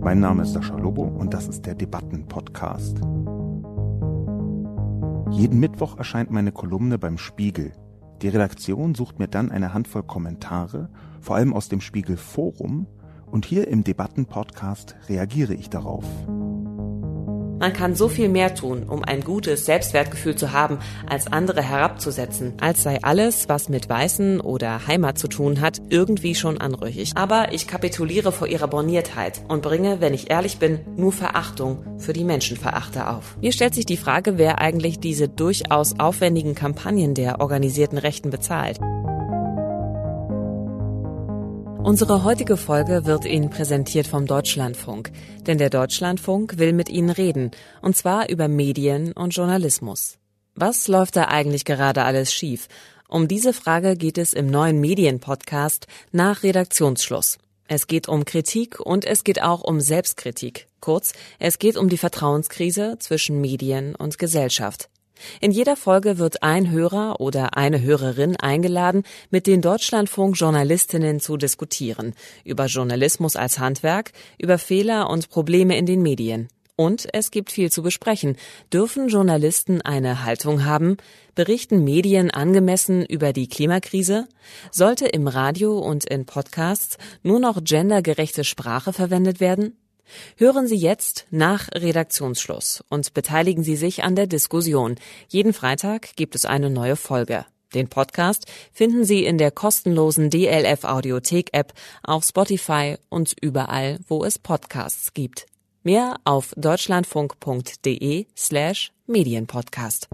Mein Name ist Sascha Lobo und das ist der Debatten-Podcast. Jeden Mittwoch erscheint meine Kolumne beim Spiegel. Die Redaktion sucht mir dann eine Handvoll Kommentare, vor allem aus dem Spiegel-Forum, und hier im Debatten-Podcast reagiere ich darauf. Man kann so viel mehr tun, um ein gutes Selbstwertgefühl zu haben, als andere herabzusetzen, als sei alles, was mit Weißen oder Heimat zu tun hat, irgendwie schon anrüchig. Aber ich kapituliere vor ihrer Borniertheit und bringe, wenn ich ehrlich bin, nur Verachtung für die Menschenverachter auf. Mir stellt sich die Frage, wer eigentlich diese durchaus aufwendigen Kampagnen der organisierten Rechten bezahlt. Unsere heutige Folge wird Ihnen präsentiert vom Deutschlandfunk. Denn der Deutschlandfunk will mit Ihnen reden. Und zwar über Medien und Journalismus. Was läuft da eigentlich gerade alles schief? Um diese Frage geht es im neuen Medienpodcast nach Redaktionsschluss. Es geht um Kritik und es geht auch um Selbstkritik. Kurz, es geht um die Vertrauenskrise zwischen Medien und Gesellschaft. In jeder Folge wird ein Hörer oder eine Hörerin eingeladen, mit den Deutschlandfunk-Journalistinnen zu diskutieren. Über Journalismus als Handwerk, über Fehler und Probleme in den Medien. Und es gibt viel zu besprechen. Dürfen Journalisten eine Haltung haben? Berichten Medien angemessen über die Klimakrise? Sollte im Radio und in Podcasts nur noch gendergerechte Sprache verwendet werden? Hören Sie jetzt nach Redaktionsschluss und beteiligen Sie sich an der Diskussion. Jeden Freitag gibt es eine neue Folge. Den Podcast finden Sie in der kostenlosen DLF Audiothek-App, auf Spotify und überall, wo es Podcasts gibt. Mehr auf deutschlandfunk.de/Medienpodcast.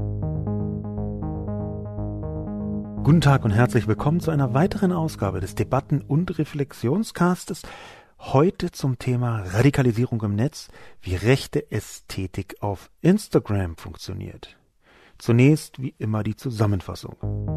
Guten Tag und herzlich willkommen zu einer weiteren Ausgabe des Debatten- und Reflexionscastes. Heute zum Thema Radikalisierung im Netz, wie rechte Ästhetik auf Instagram funktioniert. Zunächst wie immer die Zusammenfassung.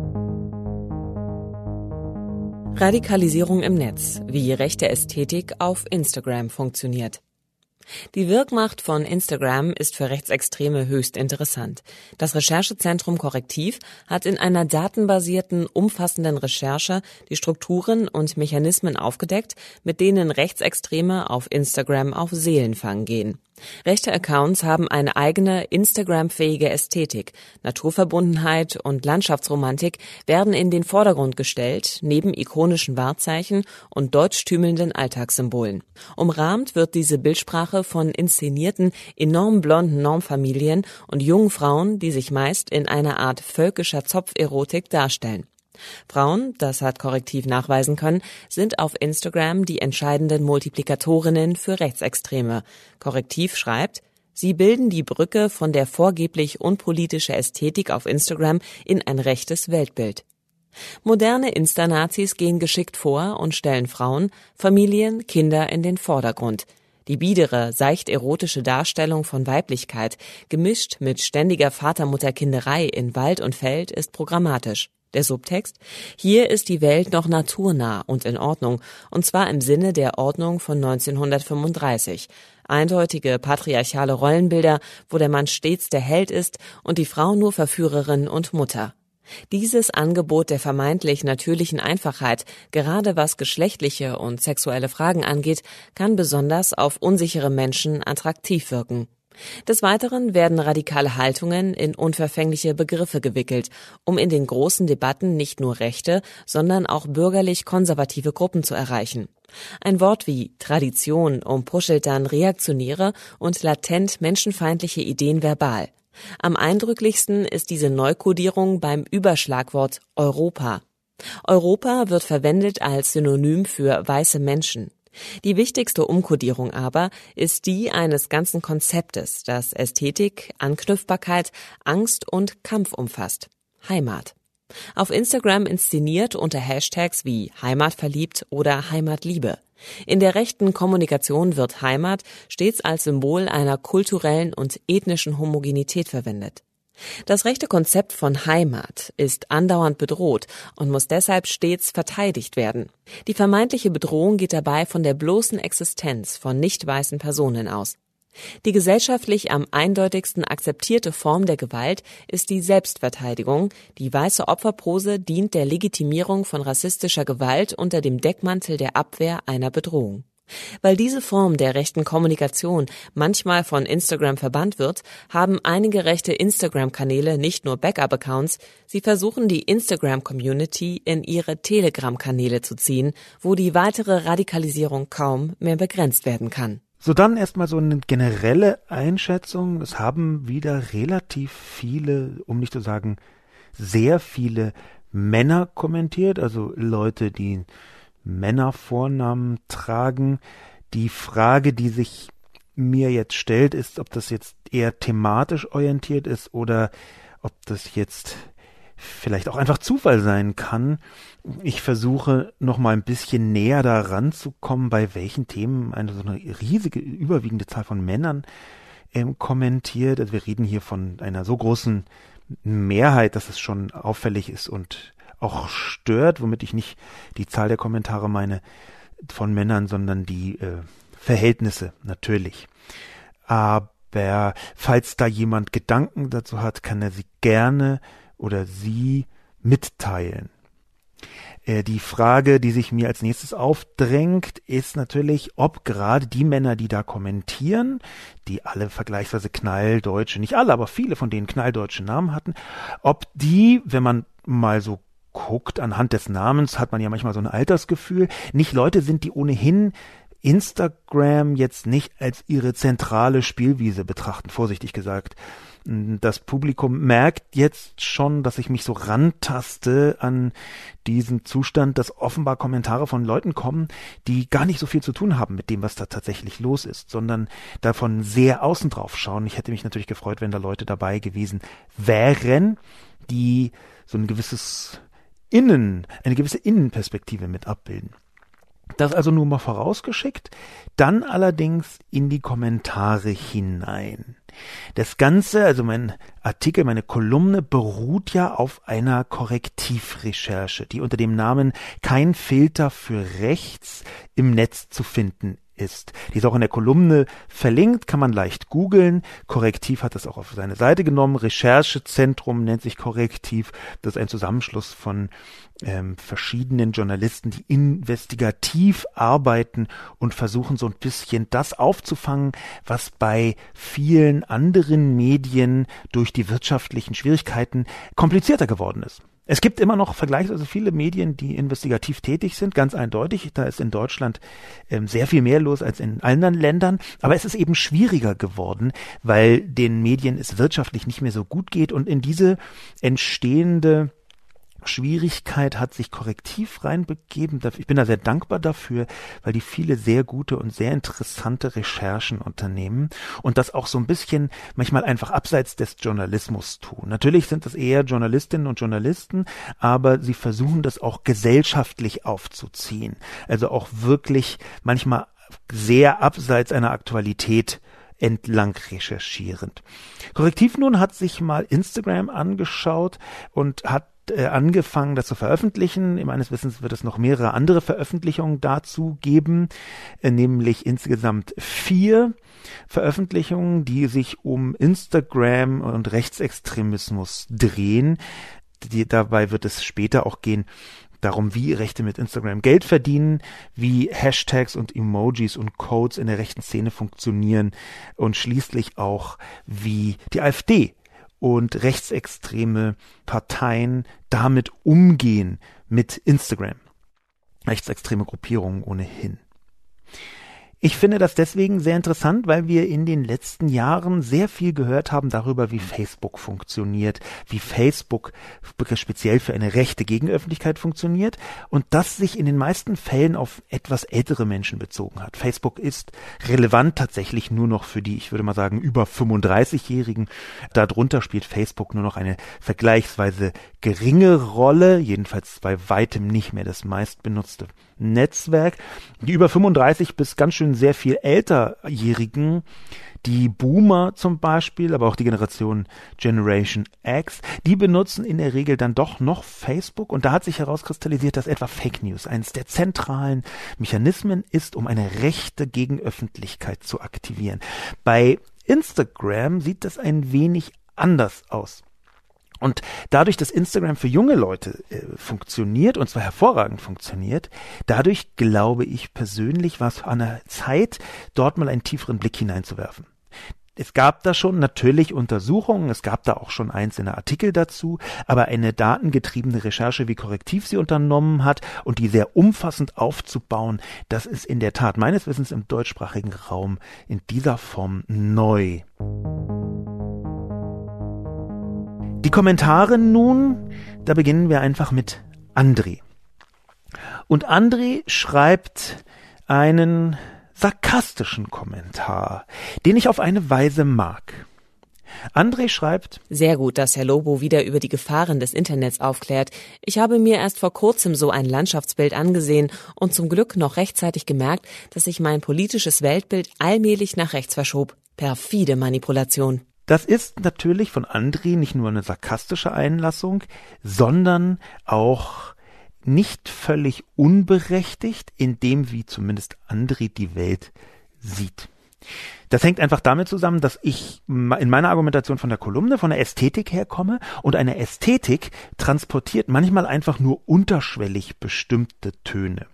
Radikalisierung im Netz, wie rechte Ästhetik auf Instagram funktioniert. Die Wirkmacht von Instagram ist für Rechtsextreme höchst interessant. Das Recherchezentrum Correctiv hat in einer datenbasierten, umfassenden Recherche die Strukturen und Mechanismen aufgedeckt, mit denen Rechtsextreme auf Instagram auf Seelenfang gehen. Rechte Accounts haben eine eigene Instagram-fähige Ästhetik. Naturverbundenheit und Landschaftsromantik werden in den Vordergrund gestellt, neben ikonischen Wahrzeichen und deutschtümelnden Alltagssymbolen. Umrahmt wird diese Bildsprache von inszenierten, enorm blonden Normfamilien und jungen Frauen, die sich meist in einer Art völkischer Zopferotik darstellen. Frauen, das hat Correctiv nachweisen können, sind auf Instagram die entscheidenden Multiplikatorinnen für Rechtsextreme. Correctiv schreibt, sie bilden die Brücke von der vorgeblich unpolitische Ästhetik auf Instagram in ein rechtes Weltbild. Moderne Insta-Nazis gehen geschickt vor und stellen Frauen, Familien, Kinder in den Vordergrund. Die biedere, seicht erotische Darstellung von Weiblichkeit, gemischt mit ständiger Vater-Mutter-Kinderei in Wald und Feld, ist programmatisch. Der Subtext? Hier ist die Welt noch naturnah und in Ordnung, und zwar im Sinne der Ordnung von 1935. Eindeutige patriarchale Rollenbilder, wo der Mann stets der Held ist und die Frau nur Verführerin und Mutter. Dieses Angebot der vermeintlich natürlichen Einfachheit, gerade was geschlechtliche und sexuelle Fragen angeht, kann besonders auf unsichere Menschen attraktiv wirken. Des Weiteren werden radikale Haltungen in unverfängliche Begriffe gewickelt, um in den großen Debatten nicht nur rechte, sondern auch bürgerlich-konservative Gruppen zu erreichen. Ein Wort wie Tradition umpuschelt dann reaktionäre und latent menschenfeindliche Ideen verbal. Am eindrücklichsten ist diese Neukodierung beim Überschlagwort Europa. Europa wird verwendet als Synonym für weiße Menschen. Die wichtigste Umkodierung aber ist die eines ganzen Konzeptes, das Ästhetik, Anknüpfbarkeit, Angst und Kampf umfasst. Heimat. Auf Instagram inszeniert unter Hashtags wie Heimatverliebt oder Heimatliebe. In der rechten Kommunikation wird Heimat stets als Symbol einer kulturellen und ethnischen Homogenität verwendet. Das rechte Konzept von Heimat ist andauernd bedroht und muss deshalb stets verteidigt werden. Die vermeintliche Bedrohung geht dabei von der bloßen Existenz von nicht weißen Personen aus. Die gesellschaftlich am eindeutigsten akzeptierte Form der Gewalt ist die Selbstverteidigung. Die weiße Opferpose dient der Legitimierung von rassistischer Gewalt unter dem Deckmantel der Abwehr einer Bedrohung. Weil diese Form der rechten Kommunikation manchmal von Instagram verbannt wird, haben einige rechte Instagram-Kanäle nicht nur Backup-Accounts, sie versuchen die Instagram-Community in ihre Telegram-Kanäle zu ziehen, wo die weitere Radikalisierung kaum mehr begrenzt werden kann. So, dann erstmal so eine generelle Einschätzung. Es haben wieder relativ viele, um nicht zu sagen sehr viele Männer kommentiert, also Leute, die Männervornamen tragen. Die Frage, die sich mir jetzt stellt, ist, ob das jetzt eher thematisch orientiert ist oder ob das jetzt vielleicht auch einfach Zufall sein kann. Ich versuche noch mal ein bisschen näher da ranzukommen, bei welchen Themen so eine riesige, überwiegende Zahl von Männern kommentiert. Also wir reden hier von einer so großen Mehrheit, dass es schon auffällig ist und auch stört, womit ich nicht die Zahl der Kommentare meine von Männern, sondern die Verhältnisse natürlich. Aber falls da jemand Gedanken dazu hat, kann er sie gerne oder sie mitteilen. Die Frage, die sich mir als nächstes aufdrängt, ist natürlich, ob gerade die Männer, die da kommentieren, die alle vergleichsweise knalldeutsche, nicht alle, aber viele von denen knalldeutsche Namen hatten, ob die, wenn man mal so guckt, anhand des Namens hat man ja manchmal so ein Altersgefühl, nicht Leute sind, die ohnehin Instagram jetzt nicht als ihre zentrale Spielwiese betrachten, vorsichtig gesagt. Das Publikum merkt jetzt schon, dass ich mich so rantaste an diesen Zustand, dass offenbar Kommentare von Leuten kommen, die gar nicht so viel zu tun haben mit dem, was da tatsächlich los ist, sondern davon sehr außen drauf schauen. Ich hätte mich natürlich gefreut, wenn da Leute dabei gewesen wären, die so eine gewisse Innenperspektive mit abbilden. Das also nur mal vorausgeschickt, dann allerdings in die Kommentare hinein. Das Ganze, also mein Artikel, meine Kolumne beruht ja auf einer Korrektivrecherche, die unter dem Namen Kein Filter für Rechts im Netz zu finden ist. Die ist auch in der Kolumne verlinkt, kann man leicht googeln. Korrektiv hat das auch auf seine Seite genommen. Recherchezentrum nennt sich Korrektiv. Das ist ein Zusammenschluss von verschiedenen Journalisten, die investigativ arbeiten und versuchen so ein bisschen das aufzufangen, was bei vielen anderen Medien durch die wirtschaftlichen Schwierigkeiten komplizierter geworden ist. Es gibt immer noch vergleichsweise viele Medien, die investigativ tätig sind, ganz eindeutig. Da ist in Deutschland sehr viel mehr los als in anderen Ländern. Aber es ist eben schwieriger geworden, weil den Medien es wirtschaftlich nicht mehr so gut geht. Und in diese entstehende Schwierigkeit hat sich Korrektiv reinbegeben. Ich bin da sehr dankbar dafür, weil die viele sehr gute und sehr interessante Recherchen unternehmen und das auch so ein bisschen manchmal einfach abseits des Journalismus tun. Natürlich sind das eher Journalistinnen und Journalisten, aber sie versuchen das auch gesellschaftlich aufzuziehen. Also auch wirklich manchmal sehr abseits einer Aktualität entlang recherchierend. Korrektiv nun hat sich mal Instagram angeschaut und hat angefangen, das zu veröffentlichen. Meines Wissens wird es noch mehrere andere Veröffentlichungen dazu geben, nämlich insgesamt 4 Veröffentlichungen, die sich um Instagram und Rechtsextremismus drehen. Dabei wird es später auch gehen darum, wie Rechte mit Instagram Geld verdienen, wie Hashtags und Emojis und Codes in der rechten Szene funktionieren und schließlich auch, wie die AfD und rechtsextreme Parteien damit umgehen mit Instagram. Rechtsextreme Gruppierungen ohnehin. Ich finde das deswegen sehr interessant, weil wir in den letzten Jahren sehr viel gehört haben darüber, wie Facebook funktioniert, wie Facebook speziell für eine rechte Gegenöffentlichkeit funktioniert und das sich in den meisten Fällen auf etwas ältere Menschen bezogen hat. Facebook ist relevant tatsächlich nur noch für die, ich würde mal sagen, über 35-Jährigen. Darunter spielt Facebook nur noch eine vergleichsweise geringe Rolle, jedenfalls bei weitem nicht mehr das meistbenutzte Netzwerk. Die über 35 bis ganz schön sehr viel älterjährigen, die Boomer zum Beispiel, aber auch die Generation Generation X, die benutzen in der Regel dann doch noch Facebook und da hat sich herauskristallisiert, dass etwa Fake News eines der zentralen Mechanismen ist, um eine rechte Gegenöffentlichkeit zu aktivieren. Bei Instagram sieht das ein wenig anders aus. Und dadurch, dass Instagram für junge Leute funktioniert, und zwar hervorragend funktioniert, dadurch glaube ich persönlich, war es an der Zeit, dort mal einen tieferen Blick hineinzuwerfen. Es gab da schon natürlich Untersuchungen, es gab da auch schon einzelne Artikel dazu, aber eine datengetriebene Recherche, wie Correctiv sie unternommen hat und die sehr umfassend aufzubauen, das ist in der Tat meines Wissens im deutschsprachigen Raum in dieser Form neu. Die Kommentare nun, da beginnen wir einfach mit André. Und André schreibt einen sarkastischen Kommentar, den ich auf eine Weise mag. André schreibt: Sehr gut, dass Herr Lobo wieder über die Gefahren des Internets aufklärt. Ich habe mir erst vor kurzem so ein Landschaftsbild angesehen und zum Glück noch rechtzeitig gemerkt, dass sich mein politisches Weltbild allmählich nach rechts verschob. Perfide Manipulation. Das ist natürlich von André nicht nur eine sarkastische Einlassung, sondern auch nicht völlig unberechtigt, in dem, wie zumindest André die Welt sieht. Das hängt einfach damit zusammen, dass ich in meiner Argumentation von der Kolumne, von der Ästhetik herkomme, und eine Ästhetik transportiert manchmal einfach nur unterschwellig bestimmte Töne.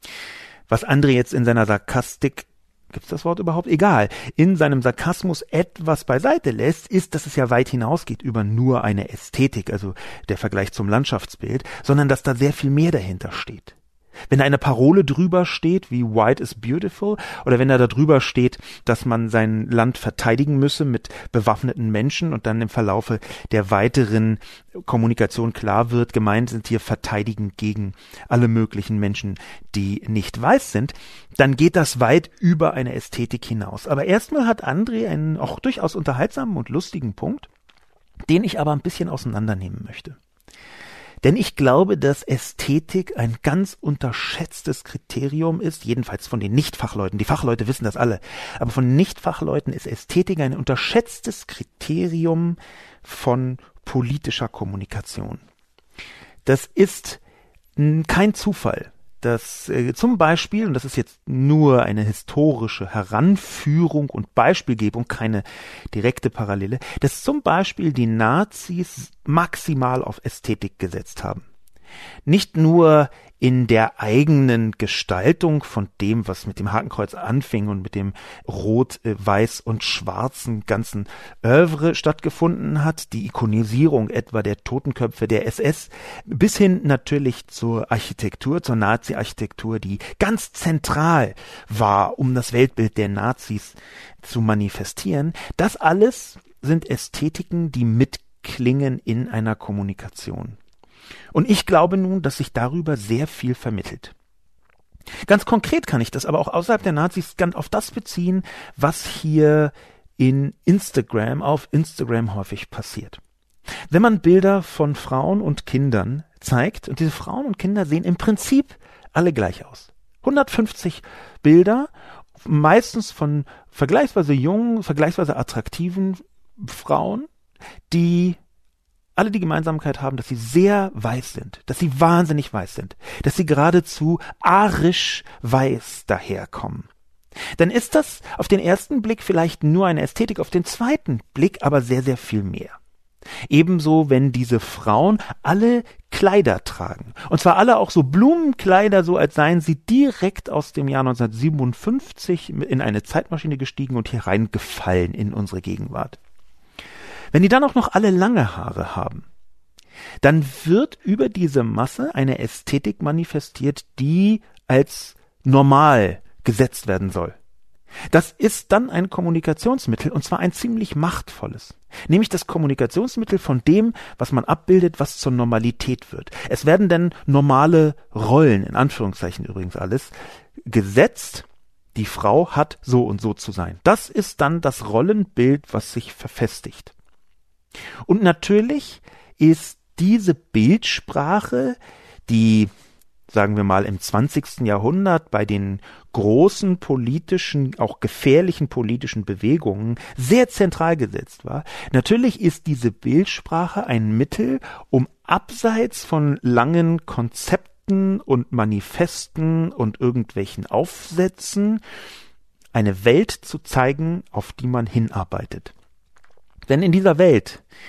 Was André jetzt in seiner Sarkastik, gibt's das Wort überhaupt? Egal. In seinem Sarkasmus etwas beiseite lässt, ist, dass es ja weit hinausgeht über nur eine Ästhetik, also der Vergleich zum Landschaftsbild, sondern dass da sehr viel mehr dahinter steht. Wenn da eine Parole drüber steht, wie White is beautiful, oder wenn da drüber steht, dass man sein Land verteidigen müsse mit bewaffneten Menschen und dann im Verlaufe der weiteren Kommunikation klar wird, gemeint sind hier verteidigen gegen alle möglichen Menschen, die nicht weiß sind, dann geht das weit über eine Ästhetik hinaus. Aber erstmal hat André einen auch durchaus unterhaltsamen und lustigen Punkt, den ich aber ein bisschen auseinandernehmen möchte. Denn ich glaube, dass Ästhetik ein ganz unterschätztes Kriterium ist, jedenfalls von den Nichtfachleuten. Die Fachleute wissen das alle. Aber von Nichtfachleuten ist Ästhetik ein unterschätztes Kriterium von politischer Kommunikation. Das ist kein Zufall, dass zum Beispiel, und das ist jetzt nur eine historische Heranführung und Beispielgebung, keine direkte Parallele, dass zum Beispiel die Nazis maximal auf Ästhetik gesetzt haben. Nicht nur in der eigenen Gestaltung von dem, was mit dem Hakenkreuz anfing und mit dem Rot, Weiß und Schwarzen ganzen Œuvre stattgefunden hat, die Ikonisierung etwa der Totenköpfe der SS, bis hin natürlich zur Architektur, zur Nazi-Architektur, die ganz zentral war, um das Weltbild der Nazis zu manifestieren. Das alles sind Ästhetiken, die mitklingen in einer Kommunikation. Und ich glaube nun, dass sich darüber sehr viel vermittelt. Ganz konkret kann ich das aber auch außerhalb der Nazis ganz auf das beziehen, was hier auf Instagram häufig passiert. Wenn man Bilder von Frauen und Kindern zeigt, und diese Frauen und Kinder sehen im Prinzip alle gleich aus. 150 Bilder, meistens von vergleichsweise jungen, vergleichsweise attraktiven Frauen, die alle die Gemeinsamkeit haben, dass sie sehr weiß sind, dass sie wahnsinnig weiß sind, dass sie geradezu arisch weiß daherkommen. Dann ist das auf den ersten Blick vielleicht nur eine Ästhetik, auf den zweiten Blick aber sehr, sehr viel mehr. Ebenso, wenn diese Frauen alle Kleider tragen. Und zwar alle auch so Blumenkleider, so als seien sie direkt aus dem Jahr 1957 in eine Zeitmaschine gestiegen und hier reingefallen in unsere Gegenwart. Wenn die dann auch noch alle lange Haare haben, dann wird über diese Masse eine Ästhetik manifestiert, die als normal gesetzt werden soll. Das ist dann ein Kommunikationsmittel, und zwar ein ziemlich machtvolles. Nämlich das Kommunikationsmittel von dem, was man abbildet, was zur Normalität wird. Es werden dann normale Rollen, in Anführungszeichen übrigens alles, gesetzt. Die Frau hat so und so zu sein. Das ist dann das Rollenbild, was sich verfestigt. Und natürlich ist diese Bildsprache, die, sagen wir mal, im 20. Jahrhundert bei den großen politischen, auch gefährlichen politischen Bewegungen sehr zentral gesetzt war. Natürlich ist diese Bildsprache ein Mittel, um abseits von langen Konzepten und Manifesten und irgendwelchen Aufsätzen eine Welt zu zeigen, auf die man hinarbeitet. Denn in dieser Welt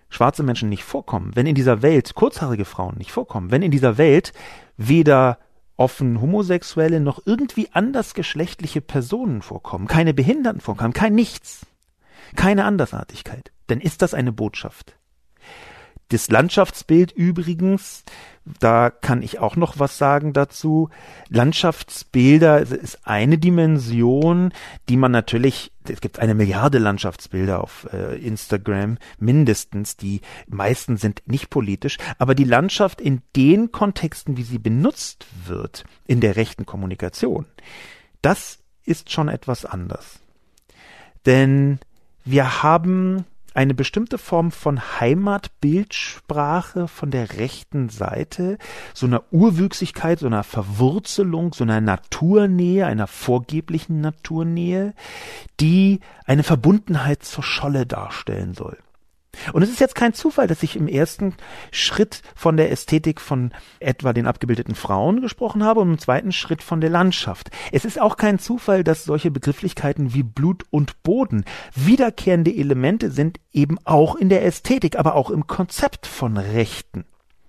schwarze Menschen nicht vorkommen, wenn in dieser Welt kurzhaarige Frauen nicht vorkommen, wenn in dieser Welt weder offen homosexuelle noch irgendwie andersgeschlechtliche Personen vorkommen, keine Behinderten vorkommen, kein Nichts, keine Andersartigkeit, dann ist das eine Botschaft. Das Landschaftsbild übrigens, da kann ich auch noch was sagen dazu. Landschaftsbilder ist eine Dimension, die man natürlich, es gibt 1 Milliarde Landschaftsbilder auf Instagram, mindestens, die meisten sind nicht politisch, aber die Landschaft in den Kontexten, wie sie benutzt wird, in der rechten Kommunikation, das ist schon etwas anders. Denn wir haben eine bestimmte Form von Heimatbildsprache von der rechten Seite, so einer Urwüchsigkeit, so einer Verwurzelung, so einer Naturnähe, einer vorgeblichen Naturnähe, die eine Verbundenheit zur Scholle darstellen soll. Und es ist jetzt kein Zufall, dass ich im ersten Schritt von der Ästhetik von etwa den abgebildeten Frauen gesprochen habe und im zweiten Schritt von der Landschaft. Es ist auch kein Zufall, dass solche Begrifflichkeiten wie Blut und Boden wiederkehrende Elemente sind, eben auch in der Ästhetik, aber auch im Konzept von Rechten.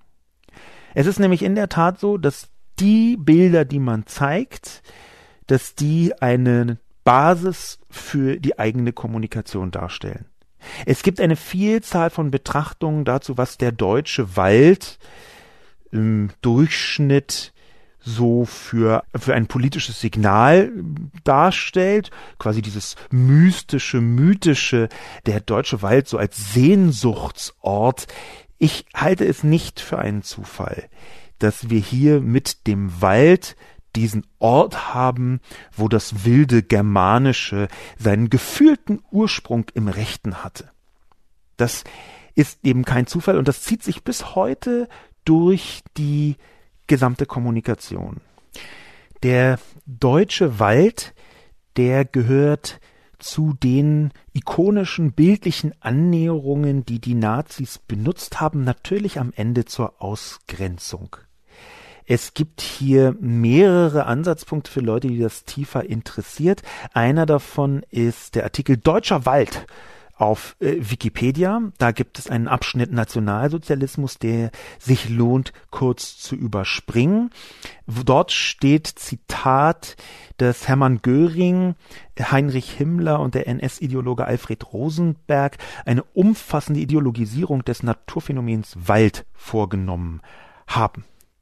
Es ist nämlich in der Tat so, dass die Bilder, die man zeigt, dass die eine Basis für die eigene Kommunikation darstellen. Es gibt eine Vielzahl von Betrachtungen dazu, was der deutsche Wald im Durchschnitt so für ein politisches Signal darstellt, quasi dieses mythische, der deutsche Wald so als Sehnsuchtsort. Ich halte es nicht für einen Zufall, dass wir hier mit dem Wald diesen Ort haben, wo das wilde Germanische seinen gefühlten Ursprung im Rechten hatte. Das ist eben kein Zufall und das zieht sich bis heute durch die gesamte Kommunikation. Der deutsche Wald, der gehört zu den ikonischen bildlichen Annäherungen, die die Nazis benutzt haben, natürlich am Ende zur Ausgrenzung. Es gibt hier mehrere Ansatzpunkte für Leute, die das tiefer interessiert. Einer davon ist der Artikel Deutscher Wald auf Wikipedia. Da gibt es einen Abschnitt Nationalsozialismus, der sich lohnt, kurz zu überspringen. Dort steht, Zitat, dass Hermann Göring, Heinrich Himmler und der NS-Ideologe Alfred Rosenberg eine umfassende Ideologisierung des Naturphänomens Wald vorgenommen haben.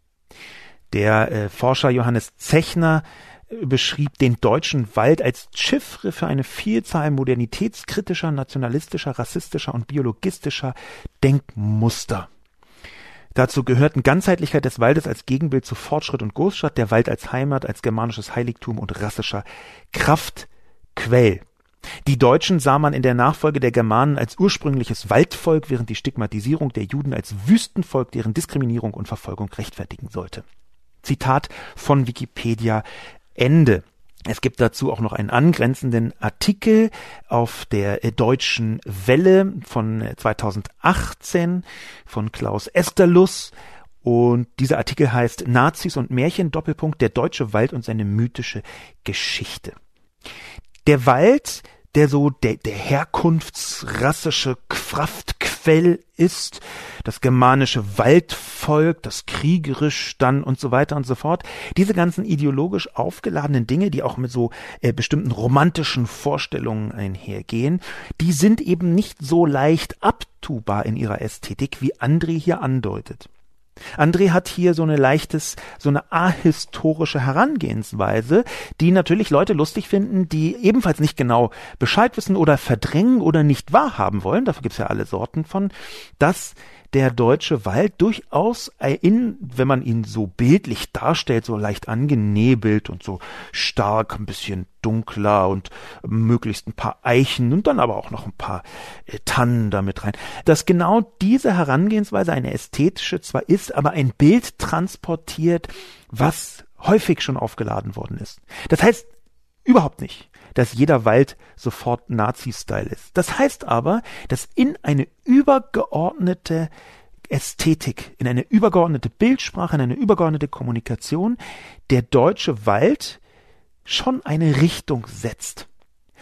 Der Forscher Johannes Zechner beschrieb den deutschen Wald als Chiffre für eine Vielzahl modernitätskritischer, nationalistischer, rassistischer und biologistischer Denkmuster. Dazu gehörten Ganzheitlichkeit des Waldes als Gegenbild zu Fortschritt und Großstadt, der Wald als Heimat, als germanisches Heiligtum und rassischer Kraftquell. Die Deutschen sah man in der Nachfolge der Germanen als ursprüngliches Waldvolk, während die Stigmatisierung der Juden als Wüstenvolk deren Diskriminierung und Verfolgung rechtfertigen sollte. Zitat von Wikipedia, Ende. Es gibt dazu auch noch einen angrenzenden Artikel auf der Deutschen Welle von 2018 von Klaus Esterlus. Und dieser Artikel heißt Nazis und Märchen, Doppelpunkt, der deutsche Wald und seine mythische Geschichte. Der Wald, der so der herkunftsrassische Kraftquell ist, das germanische Waldvolk, das kriegerisch dann und so weiter und so fort. Diese ganzen ideologisch aufgeladenen Dinge, die auch mit so bestimmten romantischen Vorstellungen einhergehen, die sind eben nicht so leicht abtubar in ihrer Ästhetik, wie André hier andeutet. André hat hier so eine ahistorische Herangehensweise, die natürlich Leute lustig finden, die ebenfalls nicht genau Bescheid wissen oder verdrängen oder nicht wahrhaben wollen, dafür gibt's ja alle Sorten von, dass der deutsche Wald durchaus, wenn man ihn so bildlich darstellt, so leicht angenebelt und so stark, ein bisschen dunkler und möglichst ein paar Eichen und dann aber auch noch ein paar Tannen damit rein, dass genau diese Herangehensweise eine ästhetische zwar ist, aber ein Bild transportiert, was häufig schon aufgeladen worden ist. Das heißt überhaupt nicht, dass jeder Wald sofort Nazi-Style ist. Das heißt aber, dass in eine übergeordnete Ästhetik, in eine übergeordnete Bildsprache, in eine übergeordnete Kommunikation der deutsche Wald schon eine Richtung setzt.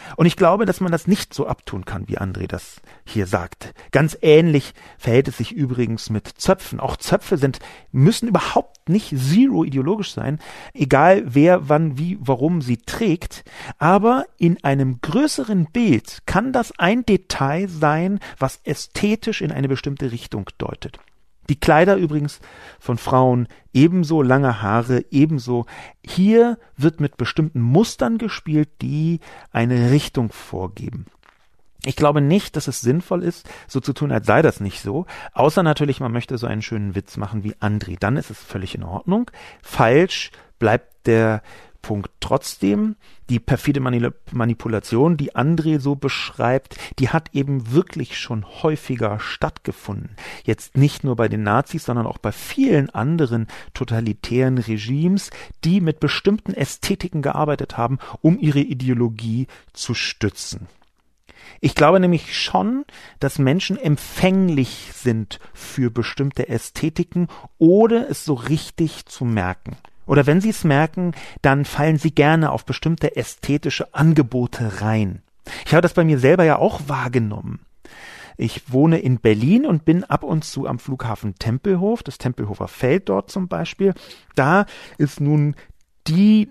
Und ich glaube, dass man das nicht so abtun kann, wie André das hier sagt. Ganz ähnlich verhält es sich übrigens mit Zöpfen. Auch Zöpfe müssen überhaupt nicht zero ideologisch sein, egal wer, wann, wie, warum sie trägt. Aber in einem größeren Bild kann das ein Detail sein, was ästhetisch in eine bestimmte Richtung deutet. Die Kleider übrigens von Frauen ebenso, lange Haare ebenso. Hier wird mit bestimmten Mustern gespielt, die eine Richtung vorgeben. Ich glaube nicht, dass es sinnvoll ist, so zu tun, als sei das nicht so, außer natürlich, man möchte so einen schönen Witz machen wie André. Dann ist es völlig in Ordnung. Falsch bleibt der Punkt trotzdem. Die perfide Manipulation, die André so beschreibt, die hat eben wirklich schon häufiger stattgefunden. Jetzt nicht nur bei den Nazis, sondern auch bei vielen anderen totalitären Regimes, die mit bestimmten Ästhetiken gearbeitet haben, um ihre Ideologie zu stützen. Ich glaube nämlich schon, dass Menschen empfänglich sind für bestimmte Ästhetiken, ohne es so richtig zu merken. Oder wenn sie es merken, dann fallen sie gerne auf bestimmte ästhetische Angebote rein. Ich habe das bei mir selber ja auch wahrgenommen. Ich wohne in Berlin und bin ab und zu am Flughafen Tempelhof, das Tempelhofer Feld dort zum Beispiel. Da ist nun die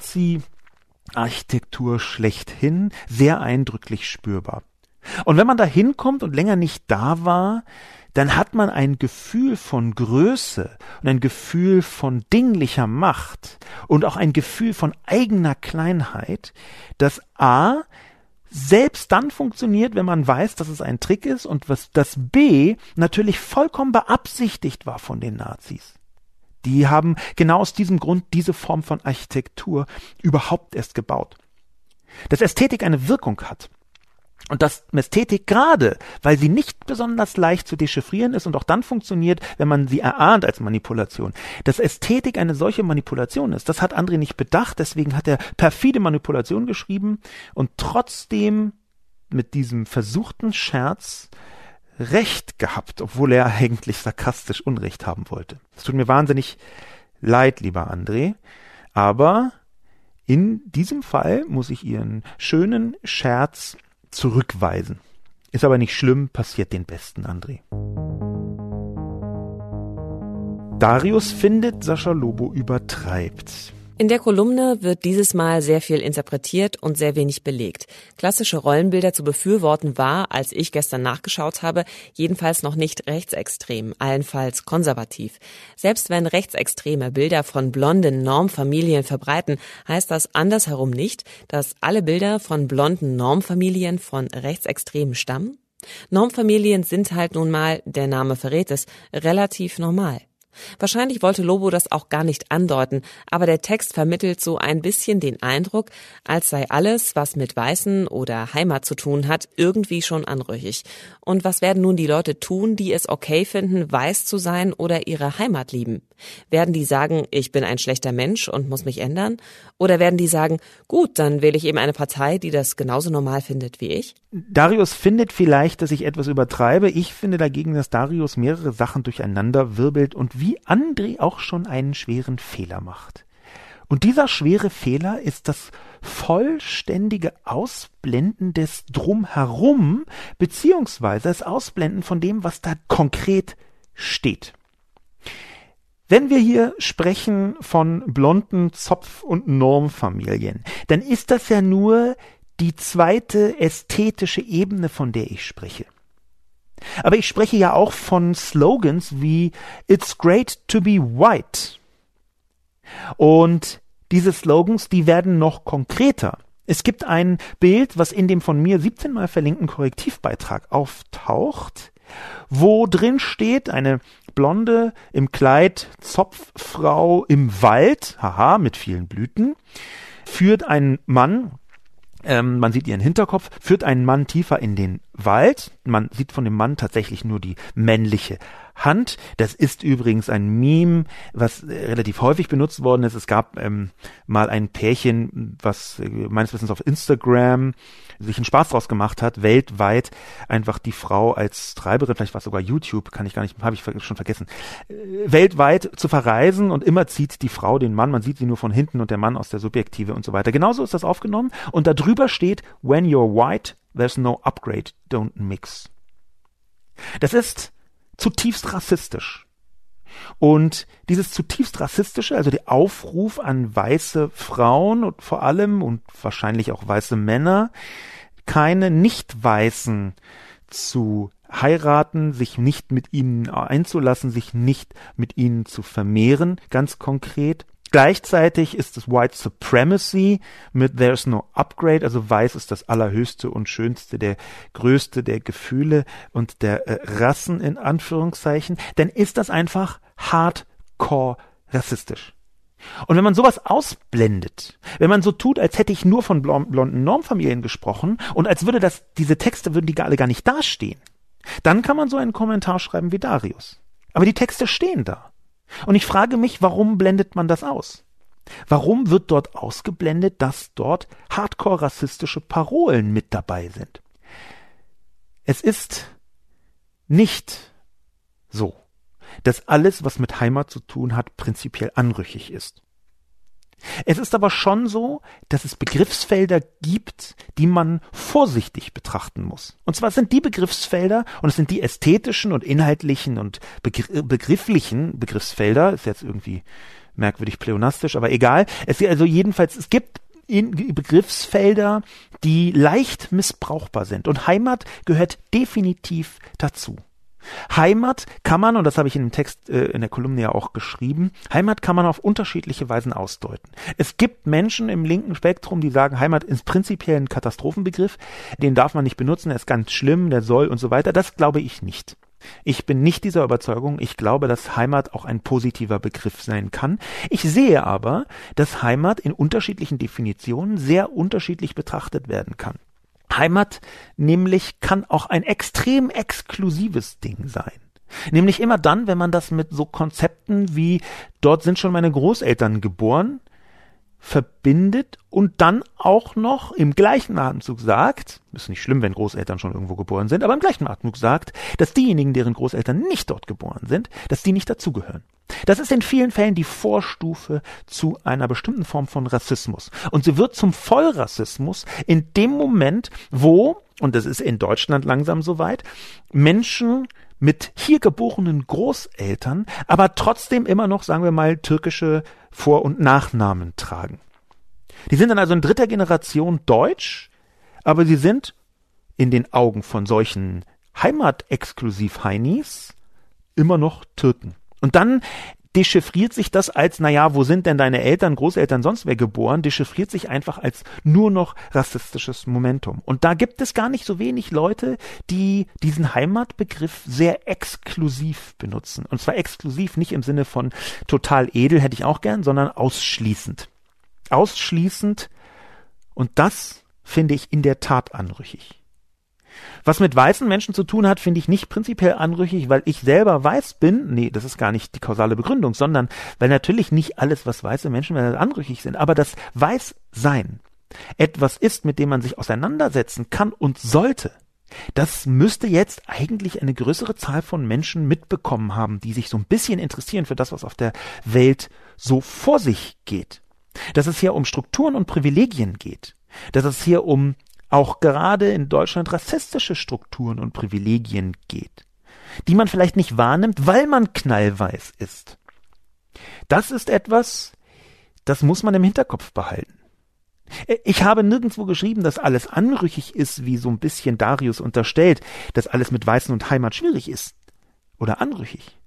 Nazi-Architektur schlechthin sehr eindrücklich spürbar. Und wenn man da hinkommt und länger nicht da war, dann hat man ein Gefühl von Größe und ein Gefühl von dinglicher Macht und auch ein Gefühl von eigener Kleinheit, das A, selbst dann funktioniert, wenn man weiß, dass es ein Trick ist und was das B natürlich vollkommen beabsichtigt war von den Nazis. Die haben genau aus diesem Grund diese Form von Architektur überhaupt erst gebaut. Dass Ästhetik eine Wirkung hat. Und dass Ästhetik gerade, weil sie nicht besonders leicht zu dechiffrieren ist und auch dann funktioniert, wenn man sie erahnt als Manipulation, dass Ästhetik eine solche Manipulation ist, das hat André nicht bedacht, deswegen hat er perfide Manipulation geschrieben und trotzdem mit diesem versuchten Scherz Recht gehabt, obwohl er eigentlich sarkastisch Unrecht haben wollte. Es tut mir wahnsinnig leid, lieber André, aber in diesem Fall muss ich Ihren schönen Scherz zurückweisen. Ist aber nicht schlimm, passiert den Besten, André. Darius findet, Sascha Lobo übertreibt. In der Kolumne wird dieses Mal sehr viel interpretiert und sehr wenig belegt. Klassische Rollenbilder zu befürworten war, als ich gestern nachgeschaut habe, jedenfalls noch nicht rechtsextrem, allenfalls konservativ. Selbst wenn Rechtsextreme Bilder von blonden Normfamilien verbreiten, heißt das andersherum nicht, dass alle Bilder von blonden Normfamilien von Rechtsextremen stammen? Normfamilien sind halt nun mal, der Name verrät es, relativ normal. Wahrscheinlich wollte Lobo das auch gar nicht andeuten, aber der Text vermittelt so ein bisschen den Eindruck, als sei alles, was mit Weißen oder Heimat zu tun hat, irgendwie schon anrüchig. Und was werden nun die Leute tun, die es okay finden, weiß zu sein oder ihre Heimat lieben? Werden die sagen, ich bin ein schlechter Mensch und muss mich ändern? Oder werden die sagen, gut, dann wähle ich eben eine Partei, die das genauso normal findet wie ich? Darius findet vielleicht, dass ich etwas übertreibe. Ich finde dagegen, dass Darius mehrere Sachen durcheinander wirbelt und wie André auch schon einen schweren Fehler macht. Und dieser schwere Fehler ist das vollständige Ausblenden des Drumherum, beziehungsweise das Ausblenden von dem, was da konkret steht. Wenn wir hier sprechen von blonden Zopf- und Normfamilien, dann ist das ja nur die zweite ästhetische Ebene, von der ich spreche. Aber ich spreche ja auch von Slogans wie It's great to be white. Und diese Slogans, die werden noch konkreter. Es gibt ein Bild, was in dem von mir 17-mal verlinkten Korrektivbeitrag auftaucht, wo drin steht, eine blonde, im Kleid Zopffrau im Wald, haha, mit vielen Blüten, führt einen Mann, man sieht ihren Hinterkopf, führt einen Mann tiefer in den Wald. Man sieht von dem Mann tatsächlich nur die männliche Hand. Das ist übrigens ein Meme, was relativ häufig benutzt worden ist. Es gab mal ein Pärchen, was meines Wissens auf Instagram sich einen Spaß draus gemacht hat, weltweit einfach die Frau als Treiberin, vielleicht war es sogar YouTube, habe ich schon vergessen, weltweit zu verreisen, und immer zieht die Frau den Mann, man sieht sie nur von hinten und der Mann aus der Subjektive und so weiter. Genauso ist das aufgenommen, und da drüber steht: When you're white, there's no upgrade, don't mix. Das ist zutiefst rassistisch. Und dieses zutiefst rassistische, also der Aufruf an weiße Frauen und vor allem und wahrscheinlich auch weiße Männer, keine Nicht-Weißen zu heiraten, sich nicht mit ihnen einzulassen, sich nicht mit ihnen zu vermehren, ganz konkret. Gleichzeitig ist es White Supremacy mit There's no upgrade, also weiß ist das Allerhöchste und Schönste, der Größte der Gefühle und der Rassen in Anführungszeichen, dann ist das einfach hardcore rassistisch. Und wenn man sowas ausblendet, wenn man so tut, als hätte ich nur von blonden Normfamilien gesprochen und als würde diese Texte würden die alle gar nicht dastehen, dann kann man so einen Kommentar schreiben wie Darius. Aber die Texte stehen da. Und ich frage mich, warum blendet man das aus? Warum wird dort ausgeblendet, dass dort hardcore-rassistische Parolen mit dabei sind? Es ist nicht so, dass alles, was mit Heimat zu tun hat, prinzipiell anrüchig ist. Es ist aber schon so, dass es Begriffsfelder gibt, die man vorsichtig betrachten muss. Und zwar sind die Begriffsfelder, und es sind die ästhetischen und inhaltlichen und begrifflichen Begriffsfelder, ist jetzt irgendwie merkwürdig pleonastisch, aber egal. Es gibt Begriffsfelder, die leicht missbrauchbar sind. Und Heimat gehört definitiv dazu. Heimat kann man, und das habe ich in dem Text in der Kolumne ja auch geschrieben, Heimat kann man auf unterschiedliche Weisen ausdeuten. Es gibt Menschen im linken Spektrum, die sagen, Heimat ist prinzipiell ein Katastrophenbegriff, den darf man nicht benutzen, der ist ganz schlimm, der soll und so weiter. Das glaube ich nicht. Ich bin nicht dieser Überzeugung. Ich glaube, dass Heimat auch ein positiver Begriff sein kann. Ich sehe aber, dass Heimat in unterschiedlichen Definitionen sehr unterschiedlich betrachtet werden kann. Heimat nämlich kann auch ein extrem exklusives Ding sein. Nämlich immer dann, wenn man das mit so Konzepten wie dort sind schon meine Großeltern geboren verbindet und dann auch noch im gleichen Atemzug sagt, ist nicht schlimm, wenn Großeltern schon irgendwo geboren sind, aber im gleichen Atemzug sagt, dass diejenigen, deren Großeltern nicht dort geboren sind, dass die nicht dazugehören. Das ist in vielen Fällen die Vorstufe zu einer bestimmten Form von Rassismus. Und sie wird zum Vollrassismus in dem Moment, wo, und das ist in Deutschland langsam soweit, Menschen mit hier geborenen Großeltern, aber trotzdem immer noch, sagen wir mal, türkische Vor- und Nachnamen tragen. Die sind dann also in dritter Generation deutsch, aber sie sind in den Augen von solchen Heimatexklusiv-Heinis immer noch Türken. Und dann dechiffriert sich das als, naja, wo sind denn deine Eltern, Großeltern, sonst wer geboren, dechiffriert sich einfach als nur noch rassistisches Momentum. Und da gibt es gar nicht so wenig Leute, die diesen Heimatbegriff sehr exklusiv benutzen. Und zwar exklusiv nicht im Sinne von total edel, hätte ich auch gern, sondern ausschließend. Ausschließend. Und das finde ich in der Tat anrüchig. Was mit weißen Menschen zu tun hat, finde ich nicht prinzipiell anrüchig, weil ich selber weiß bin. Nee, das ist gar nicht die kausale Begründung, sondern weil natürlich nicht alles, was weiße Menschen anrüchig sind, aber das Weißsein etwas ist, mit dem man sich auseinandersetzen kann und sollte. Das müsste jetzt eigentlich eine größere Zahl von Menschen mitbekommen haben, die sich so ein bisschen interessieren für das, was auf der Welt so vor sich geht. Dass es hier um Strukturen und Privilegien geht. Dass es hier um auch gerade in Deutschland rassistische Strukturen und Privilegien geht, die man vielleicht nicht wahrnimmt, weil man knallweiß ist. Das ist etwas, das muss man im Hinterkopf behalten. Ich habe nirgendwo geschrieben, dass alles anrüchig ist, wie so ein bisschen Darius unterstellt, dass alles mit Weißen und Heimat schwierig ist oder anrüchig.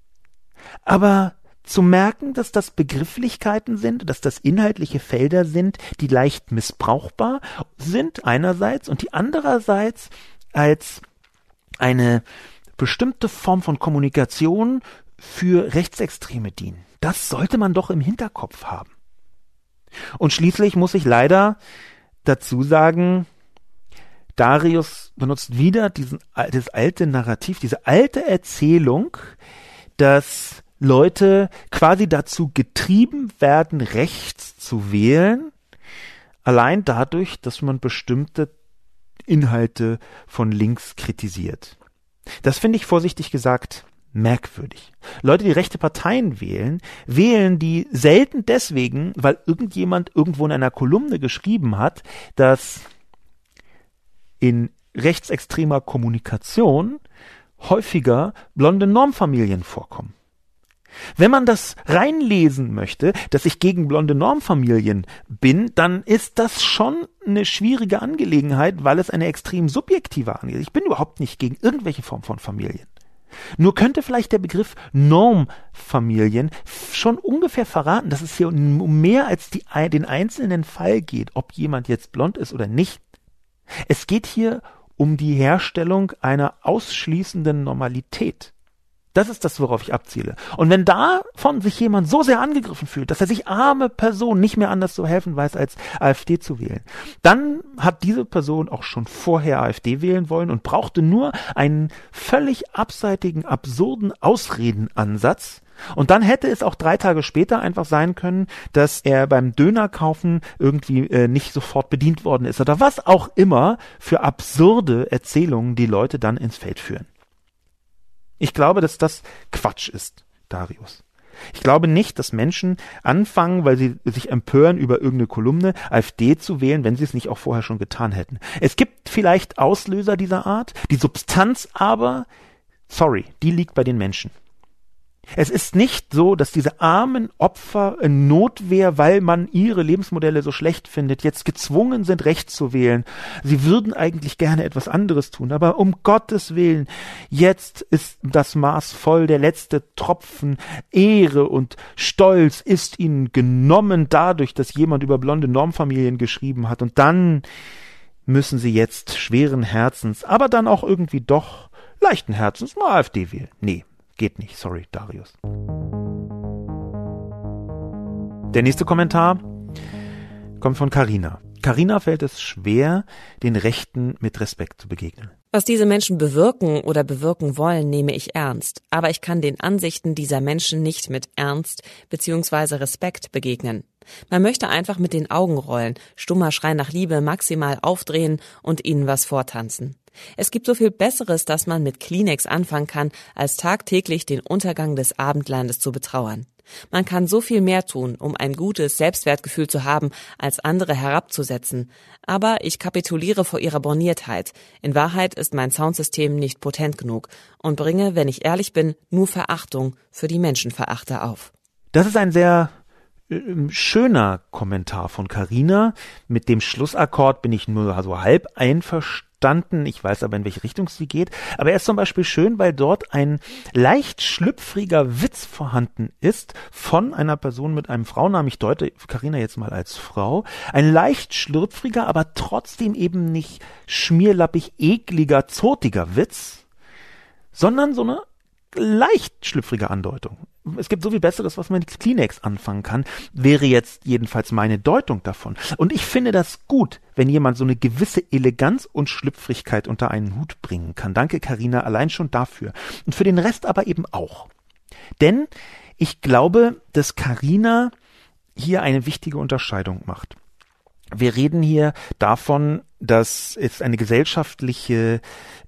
Aber zu merken, dass das Begrifflichkeiten sind, dass das inhaltliche Felder sind, die leicht missbrauchbar sind einerseits und die andererseits als eine bestimmte Form von Kommunikation für Rechtsextreme dienen. Das sollte man doch im Hinterkopf haben. Und schließlich muss ich leider dazu sagen, Darius benutzt wieder das alte Narrativ, diese alte Erzählung, dass Leute quasi dazu getrieben werden, rechts zu wählen, allein dadurch, dass man bestimmte Inhalte von links kritisiert. Das finde ich vorsichtig gesagt merkwürdig. Leute, die rechte Parteien wählen, wählen die selten deswegen, weil irgendjemand irgendwo in einer Kolumne geschrieben hat, dass in rechtsextremer Kommunikation häufiger blonde Normfamilien vorkommen. Wenn man das reinlesen möchte, dass ich gegen blonde Normfamilien bin, dann ist das schon eine schwierige Angelegenheit, weil es eine extrem subjektive Angelegenheit ist. Ich bin überhaupt nicht gegen irgendwelche Form von Familien. Nur könnte vielleicht der Begriff Normfamilien schon ungefähr verraten, dass es hier um mehr als den einzelnen Fall geht, ob jemand jetzt blond ist oder nicht. Es geht hier um die Herstellung einer ausschließenden Normalität. Das ist das, worauf ich abziele. Und wenn davon sich jemand so sehr angegriffen fühlt, dass er sich arme Person nicht mehr anders zu helfen weiß, als AfD zu wählen, dann hat diese Person auch schon vorher AfD wählen wollen und brauchte nur einen völlig abseitigen, absurden Ausredenansatz. Und dann hätte es auch 3 Tage später einfach sein können, dass er beim Dönerkaufen irgendwie nicht sofort bedient worden ist oder was auch immer für absurde Erzählungen die Leute dann ins Feld führen. Ich glaube, dass das Quatsch ist, Darius. Ich glaube nicht, dass Menschen anfangen, weil sie sich empören über irgendeine Kolumne, AfD zu wählen, wenn sie es nicht auch vorher schon getan hätten. Es gibt vielleicht Auslöser dieser Art, die Substanz aber, die liegt bei den Menschen. Es ist nicht so, dass diese armen Opfer in Notwehr, weil man ihre Lebensmodelle so schlecht findet, jetzt gezwungen sind, rechts zu wählen. Sie würden eigentlich gerne etwas anderes tun, aber um Gottes Willen, jetzt ist das Maß voll, der letzte Tropfen Ehre und Stolz ist ihnen genommen dadurch, dass jemand über blonde Normfamilien geschrieben hat und dann müssen sie jetzt schweren Herzens, aber dann auch irgendwie doch leichten Herzens mal AfD wählen. Nee. Geht nicht, sorry, Darius. Der nächste Kommentar kommt von Carina. Carina fällt es schwer, den Rechten mit Respekt zu begegnen. Was diese Menschen bewirken oder bewirken wollen, nehme ich ernst. Aber ich kann den Ansichten dieser Menschen nicht mit Ernst bzw. Respekt begegnen. Man möchte einfach mit den Augen rollen, stummer Schrei nach Liebe maximal aufdrehen und ihnen was vortanzen. Es gibt so viel Besseres, dass man mit Kleenex anfangen kann, als tagtäglich den Untergang des Abendlandes zu betrauern. Man kann so viel mehr tun, um ein gutes Selbstwertgefühl zu haben, als andere herabzusetzen. Aber ich kapituliere vor ihrer Borniertheit. In Wahrheit ist mein Soundsystem nicht potent genug und bringe, wenn ich ehrlich bin, nur Verachtung für die Menschenverachter auf. Das ist ein sehr schöner Kommentar von Carina. Mit dem Schlussakkord bin ich nur so halb einverstanden. Ich weiß aber, in welche Richtung sie geht. Aber er ist zum Beispiel schön, weil dort ein leicht schlüpfriger Witz vorhanden ist von einer Person mit einem Frauennamen. Ich deute Carina jetzt mal als Frau. Ein leicht schlüpfriger, aber trotzdem eben nicht schmierlappig, ekliger, zotiger Witz, sondern so eine leicht schlüpfrige Andeutung. Es gibt so viel Besseres, was man mit Kleenex anfangen kann, wäre jetzt jedenfalls meine Deutung davon. Und ich finde das gut, wenn jemand so eine gewisse Eleganz und Schlüpfrigkeit unter einen Hut bringen kann. Danke, Carina, allein schon dafür. Und für den Rest aber eben auch. Denn ich glaube, dass Carina hier eine wichtige Unterscheidung macht. Wir reden hier davon, dass es einen gesellschaftlichen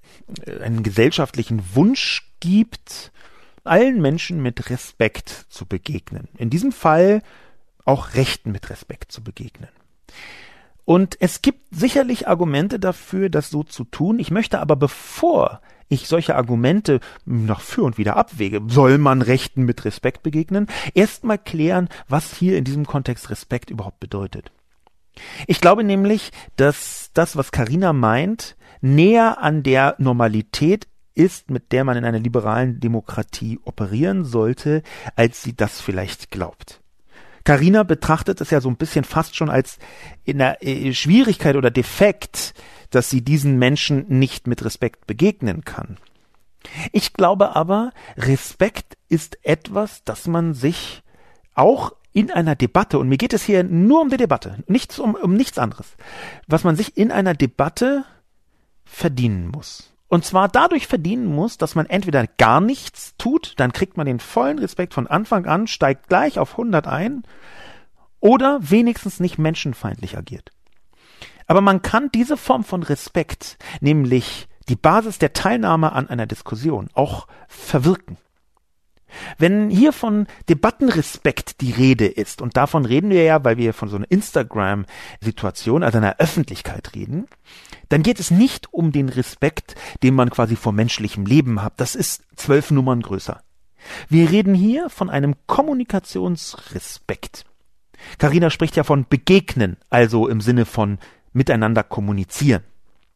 Wunsch gibt, allen Menschen mit Respekt zu begegnen. In diesem Fall auch Rechten mit Respekt zu begegnen. Und es gibt sicherlich Argumente dafür, das so zu tun. Ich möchte aber, bevor ich solche Argumente noch für und wieder abwäge, soll man Rechten mit Respekt begegnen, erstmal klären, was hier in diesem Kontext Respekt überhaupt bedeutet. Ich glaube nämlich, dass das, was Carina meint, näher an der Normalität ist, mit der man in einer liberalen Demokratie operieren sollte, als sie das vielleicht glaubt. Carina betrachtet es ja so ein bisschen fast schon als in einer Schwierigkeit oder Defekt, dass sie diesen Menschen nicht mit Respekt begegnen kann. Ich glaube aber, Respekt ist etwas, das man sich auch in einer Debatte, und mir geht es hier nur um die Debatte, um nichts anderes, was man sich in einer Debatte verdienen muss. Und zwar dadurch verdienen muss, dass man entweder gar nichts tut, dann kriegt man den vollen Respekt von Anfang an, steigt gleich auf 100 ein, oder wenigstens nicht menschenfeindlich agiert. Aber man kann diese Form von Respekt, nämlich die Basis der Teilnahme an einer Diskussion, auch verwirken. Wenn hier von Debattenrespekt die Rede ist, und davon reden wir ja, weil wir von so einer Instagram-Situation, also einer Öffentlichkeit reden, dann geht es nicht um den Respekt, den man quasi vor menschlichem Leben hat. Das ist 12 Nummern größer. Wir reden hier von einem Kommunikationsrespekt. Carina spricht ja von begegnen, also im Sinne von miteinander kommunizieren.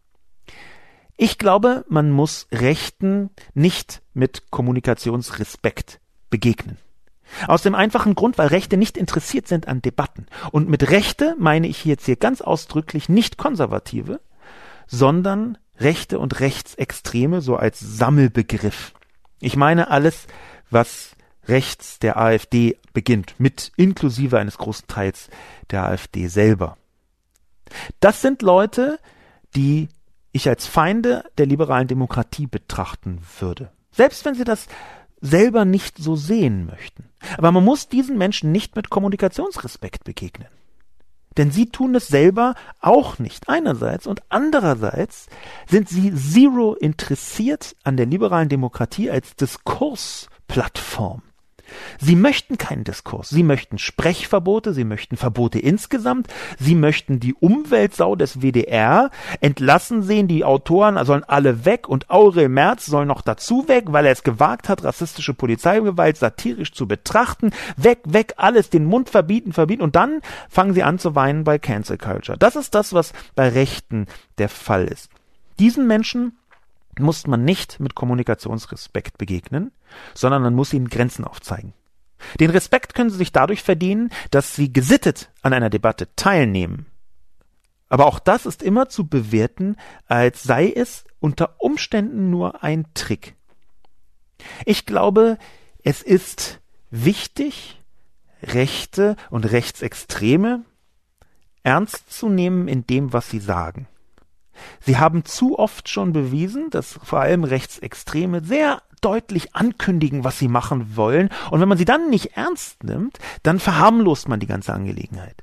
Ich glaube, man muss Rechten nicht mit Kommunikationsrespekt begegnen. Aus dem einfachen Grund, weil Rechte nicht interessiert sind an Debatten. Und mit Rechte meine ich jetzt hier ganz ausdrücklich nicht Konservative, sondern Rechte und Rechtsextreme so als Sammelbegriff. Ich meine alles, was rechts der AfD beginnt, mit inklusive eines großen Teils der AfD selber. Das sind Leute, die ich als Feinde der liberalen Demokratie betrachten würde. Selbst wenn sie das selber nicht so sehen möchten. Aber man muss diesen Menschen nicht mit Kommunikationsrespekt begegnen. Denn sie tun es selber auch nicht einerseits und andererseits sind sie zero interessiert an der liberalen Demokratie als Diskursplattform. Sie möchten keinen Diskurs, sie möchten Sprechverbote, sie möchten Verbote insgesamt, sie möchten die Umweltsau des WDR entlassen sehen, die Autoren sollen alle weg und Aurel Merz soll noch dazu weg, weil er es gewagt hat, rassistische Polizeigewalt satirisch zu betrachten, weg, alles, den Mund verbieten und dann fangen sie an zu weinen bei Cancel Culture. Das ist das, was bei Rechten der Fall ist. Diesen Menschen muss man nicht mit Kommunikationsrespekt begegnen, sondern man muss ihnen Grenzen aufzeigen. Den Respekt können sie sich dadurch verdienen, dass sie gesittet an einer Debatte teilnehmen. Aber auch das ist immer zu bewerten, als sei es unter Umständen nur ein Trick. Ich glaube, es ist wichtig, Rechte und Rechtsextreme ernst zu nehmen in dem, was sie sagen. Sie haben zu oft schon bewiesen, dass vor allem Rechtsextreme sehr deutlich ankündigen, was sie machen wollen. Und wenn man sie dann nicht ernst nimmt, dann verharmlost man die ganze Angelegenheit.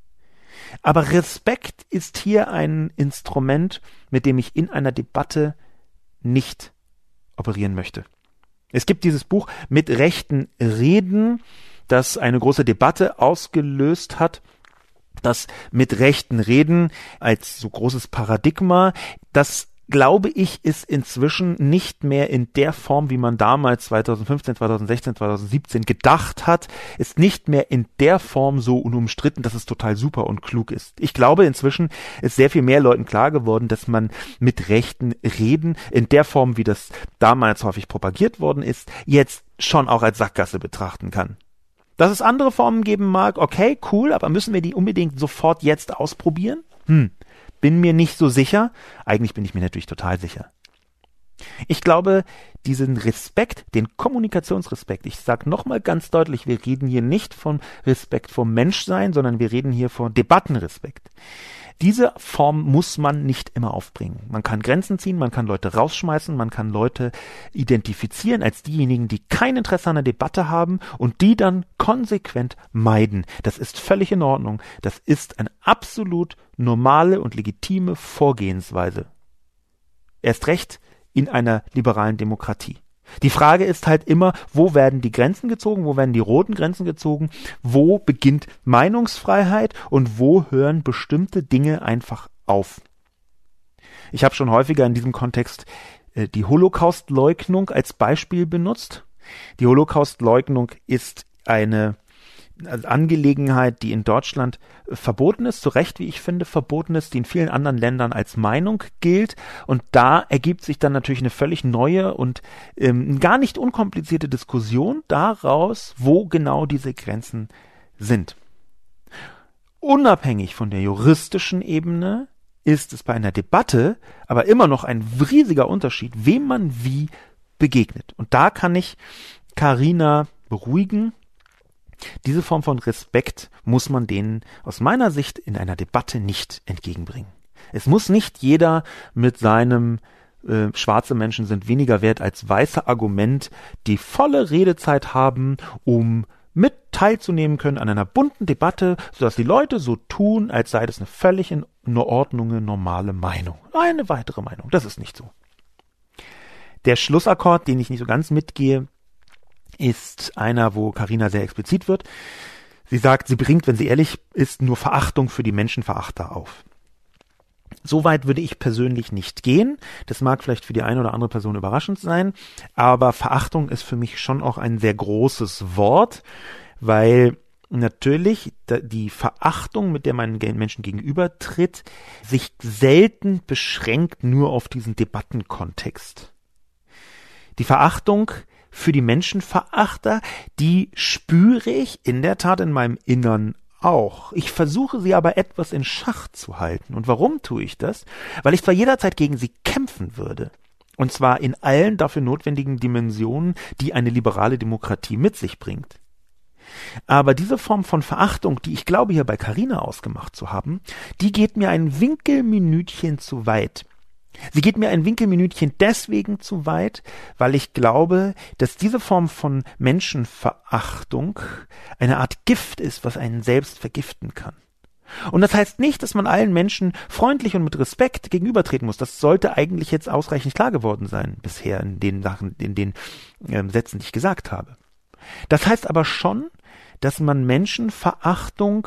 Aber Respekt ist hier ein Instrument, mit dem ich in einer Debatte nicht operieren möchte. Es gibt dieses Buch Mit Rechten reden, das eine große Debatte ausgelöst hat. Das mit Rechten reden als so großes Paradigma, das glaube ich, ist inzwischen nicht mehr in der Form, wie man damals 2015, 2016, 2017 gedacht hat, ist nicht mehr in der Form so unumstritten, dass es total super und klug ist. Ich glaube, inzwischen ist sehr viel mehr Leuten klar geworden, dass man mit Rechten reden in der Form, wie das damals häufig propagiert worden ist, jetzt schon auch als Sackgasse betrachten kann. Dass es andere Formen geben mag, okay, cool, aber müssen wir die unbedingt sofort jetzt ausprobieren? Bin mir nicht so sicher. Eigentlich bin ich mir natürlich total sicher. Ich glaube, diesen Respekt, den Kommunikationsrespekt, ich sage nochmal ganz deutlich, wir reden hier nicht von Respekt vor Menschsein, sondern wir reden hier von Debattenrespekt. Diese Form muss man nicht immer aufbringen. Man kann Grenzen ziehen, man kann Leute rausschmeißen, man kann Leute identifizieren als diejenigen, die kein Interesse an der Debatte haben und die dann konsequent meiden. Das ist völlig in Ordnung. Das ist eine absolut normale und legitime Vorgehensweise. Erst recht in einer liberalen Demokratie. Die Frage ist halt immer, wo werden die Grenzen gezogen, wo werden die roten Grenzen gezogen, wo beginnt Meinungsfreiheit und wo hören bestimmte Dinge einfach auf. Ich habe schon häufiger in diesem Kontext die Holocaustleugnung als Beispiel benutzt. Die Holocaustleugnung ist eine Angelegenheit, die in Deutschland verboten ist, zu Recht, wie ich finde, verboten ist, die in vielen anderen Ländern als Meinung gilt. Und da ergibt sich dann natürlich eine völlig neue und gar nicht unkomplizierte Diskussion daraus, wo genau diese Grenzen sind. Unabhängig von der juristischen Ebene ist es bei einer Debatte aber immer noch ein riesiger Unterschied, wem man wie begegnet. Und da kann ich Carina beruhigen. Diese Form von Respekt muss man denen aus meiner Sicht in einer Debatte nicht entgegenbringen. Es muss nicht jeder mit seinem schwarze Menschen sind weniger wert als weiße Argument die volle Redezeit haben, um mit teilzunehmen können an einer bunten Debatte, sodass die Leute so tun, als sei das eine völlig in Ordnung, normale Meinung. Eine weitere Meinung. Das ist nicht so. Der Schlussakkord, den ich nicht so ganz mitgehe, ist einer, wo Carina sehr explizit wird. Sie sagt, sie bringt, wenn sie ehrlich ist, nur Verachtung für die Menschenverachter auf. Soweit würde ich persönlich nicht gehen. Das mag vielleicht für die eine oder andere Person überraschend sein, aber Verachtung ist für mich schon auch ein sehr großes Wort, weil natürlich die Verachtung, mit der man Menschen gegenübertritt, sich selten beschränkt nur auf diesen Debattenkontext. Die Verachtung für die Menschenverachter, die spüre ich in der Tat in meinem Innern auch. Ich versuche sie aber etwas in Schach zu halten. Und warum tue ich das? Weil ich zwar jederzeit gegen sie kämpfen würde. Und zwar in allen dafür notwendigen Dimensionen, die eine liberale Demokratie mit sich bringt. Aber diese Form von Verachtung, die ich glaube hier bei Carina ausgemacht zu haben, die geht mir ein Winkelminütchen zu weit. Sie geht mir ein Winkelminütchen deswegen zu weit, weil ich glaube, dass diese Form von Menschenverachtung eine Art Gift ist, was einen selbst vergiften kann. Und das heißt nicht, dass man allen Menschen freundlich und mit Respekt gegenübertreten muss. Das sollte eigentlich jetzt ausreichend klar geworden sein bisher in den Sachen, in den Sätzen, die ich gesagt habe. Das heißt aber schon, dass man Menschenverachtung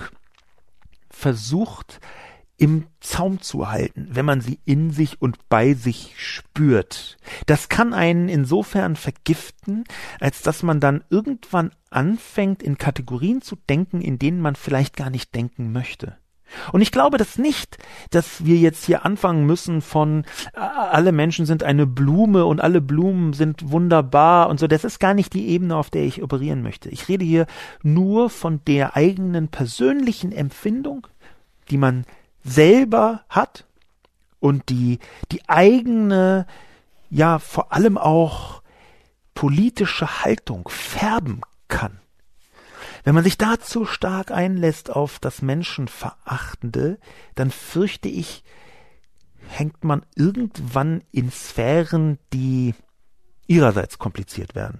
versucht, im Zaum zu halten, wenn man sie in sich und bei sich spürt. Das kann einen insofern vergiften, als dass man dann irgendwann anfängt, in Kategorien zu denken, in denen man vielleicht gar nicht denken möchte. Und ich glaube das nicht, dass wir jetzt hier anfangen müssen von alle Menschen sind eine Blume und alle Blumen sind wunderbar und so. Das ist gar nicht die Ebene, auf der ich operieren möchte. Ich rede hier nur von der eigenen persönlichen Empfindung, die man selber hat und die eigene, ja vor allem auch politische Haltung färben kann. Wenn man sich da zu stark einlässt auf das Menschenverachtende, dann fürchte ich, hängt man irgendwann in Sphären, die ihrerseits kompliziert werden.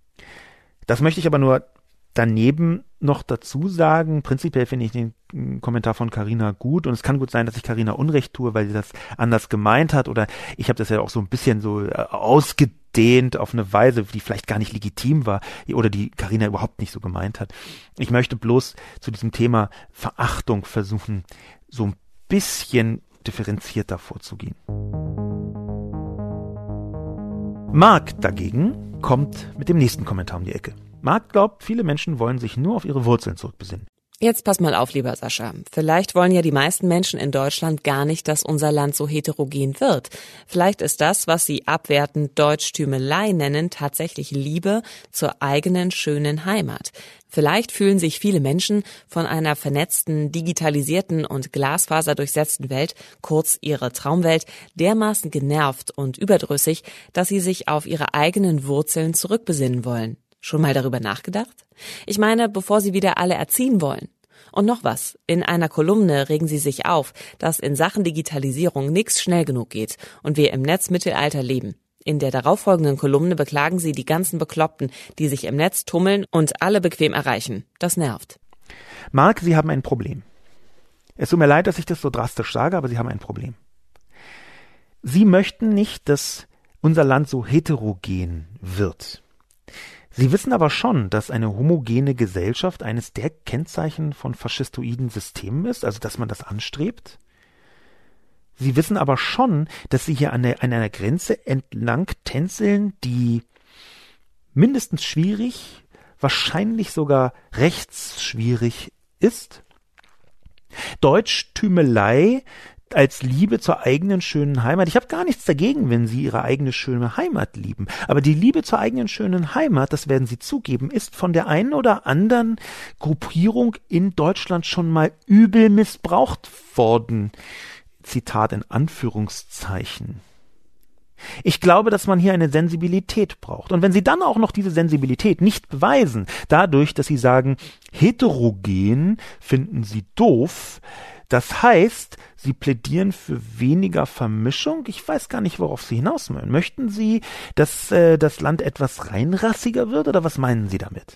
Das möchte ich aber nur daneben noch dazu sagen, prinzipiell finde ich den Kommentar von Carina gut und es kann gut sein, dass ich Carina Unrecht tue, weil sie das anders gemeint hat oder ich habe das ja auch so ein bisschen so ausgedehnt auf eine Weise, die vielleicht gar nicht legitim war oder die Carina überhaupt nicht so gemeint hat. Ich möchte bloß zu diesem Thema Verachtung versuchen, so ein bisschen differenzierter vorzugehen. Marc dagegen kommt mit dem nächsten Kommentar um die Ecke. Marc glaubt, viele Menschen wollen sich nur auf ihre Wurzeln zurückbesinnen. Jetzt pass mal auf, lieber Sascha. Vielleicht wollen ja die meisten Menschen in Deutschland gar nicht, dass unser Land so heterogen wird. Vielleicht ist das, was sie abwertend Deutschtümelei nennen, tatsächlich Liebe zur eigenen schönen Heimat. Vielleicht fühlen sich viele Menschen von einer vernetzten, digitalisierten und glasfaserdurchsetzten Welt, kurz ihre Traumwelt, dermaßen genervt und überdrüssig, dass sie sich auf ihre eigenen Wurzeln zurückbesinnen wollen. Schon mal darüber nachgedacht? Ich meine, bevor sie wieder alle erziehen wollen. Und noch was. In einer Kolumne regen sie sich auf, dass in Sachen Digitalisierung nichts schnell genug geht und wir im Netzmittelalter leben. In der darauffolgenden Kolumne beklagen sie die ganzen Bekloppten, die sich im Netz tummeln und alle bequem erreichen. Das nervt. Marc, Sie haben ein Problem. Es tut mir leid, dass ich das so drastisch sage, aber Sie haben ein Problem. Sie möchten nicht, dass unser Land so heterogen wird. Sie wissen aber schon, dass eine homogene Gesellschaft eines der Kennzeichen von faschistoiden Systemen ist, also dass man das anstrebt. Sie wissen aber schon, dass Sie hier an einer Grenze entlang tänzeln, die mindestens schwierig, wahrscheinlich sogar rechtsschwierig ist. Deutschtümelei als Liebe zur eigenen schönen Heimat. Ich habe gar nichts dagegen, wenn Sie Ihre eigene schöne Heimat lieben. Aber die Liebe zur eigenen schönen Heimat, das werden Sie zugeben, ist von der einen oder anderen Gruppierung in Deutschland schon mal übel missbraucht worden. Zitat in Anführungszeichen. Ich glaube, dass man hier eine Sensibilität braucht. Und wenn Sie dann auch noch diese Sensibilität nicht beweisen, dadurch, dass Sie sagen, heterogen finden Sie doof, Das heißt, Sie plädieren für weniger Vermischung. Ich weiß gar nicht, worauf Sie hinaus wollen. Möchten Sie, dass das Land etwas reinrassiger wird, oder was meinen Sie damit?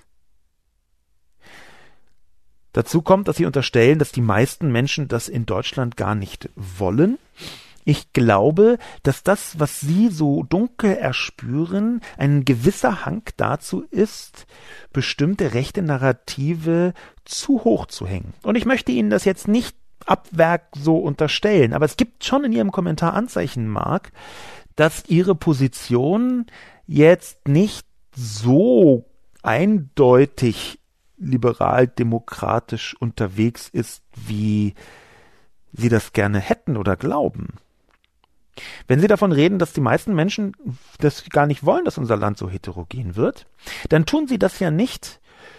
Dazu kommt, dass Sie unterstellen, dass die meisten Menschen das in Deutschland gar nicht wollen. Ich glaube, dass das, was Sie so dunkel erspüren, ein gewisser Hang dazu ist, bestimmte rechte Narrative zu hoch zu hängen. Und ich möchte Ihnen das jetzt nicht ab Werk so unterstellen, aber es gibt schon in Ihrem Kommentar Anzeichen, Marc, dass Ihre Position jetzt nicht so eindeutig liberal-demokratisch unterwegs ist, wie Sie das gerne hätten oder glauben. Wenn Sie davon reden, dass die meisten Menschen das gar nicht wollen, dass unser Land so heterogen wird, dann tun Sie das ja nicht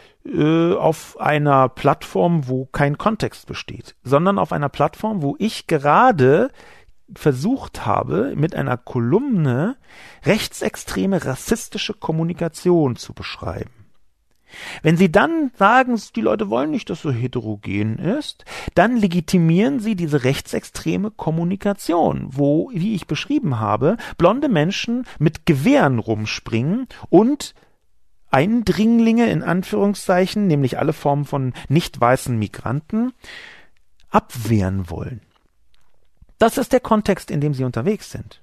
auf einer Plattform, wo kein Kontext besteht, sondern auf einer Plattform, wo ich gerade versucht habe, mit einer Kolumne rechtsextreme rassistische Kommunikation zu beschreiben. Wenn Sie dann sagen, die Leute wollen nicht, dass so heterogen ist, dann legitimieren Sie diese rechtsextreme Kommunikation, wo, wie ich beschrieben habe, blonde Menschen mit Gewehren rumspringen und Eindringlinge in Anführungszeichen, nämlich alle Formen von nicht weißen Migranten, abwehren wollen. Das ist der Kontext, in dem Sie unterwegs sind.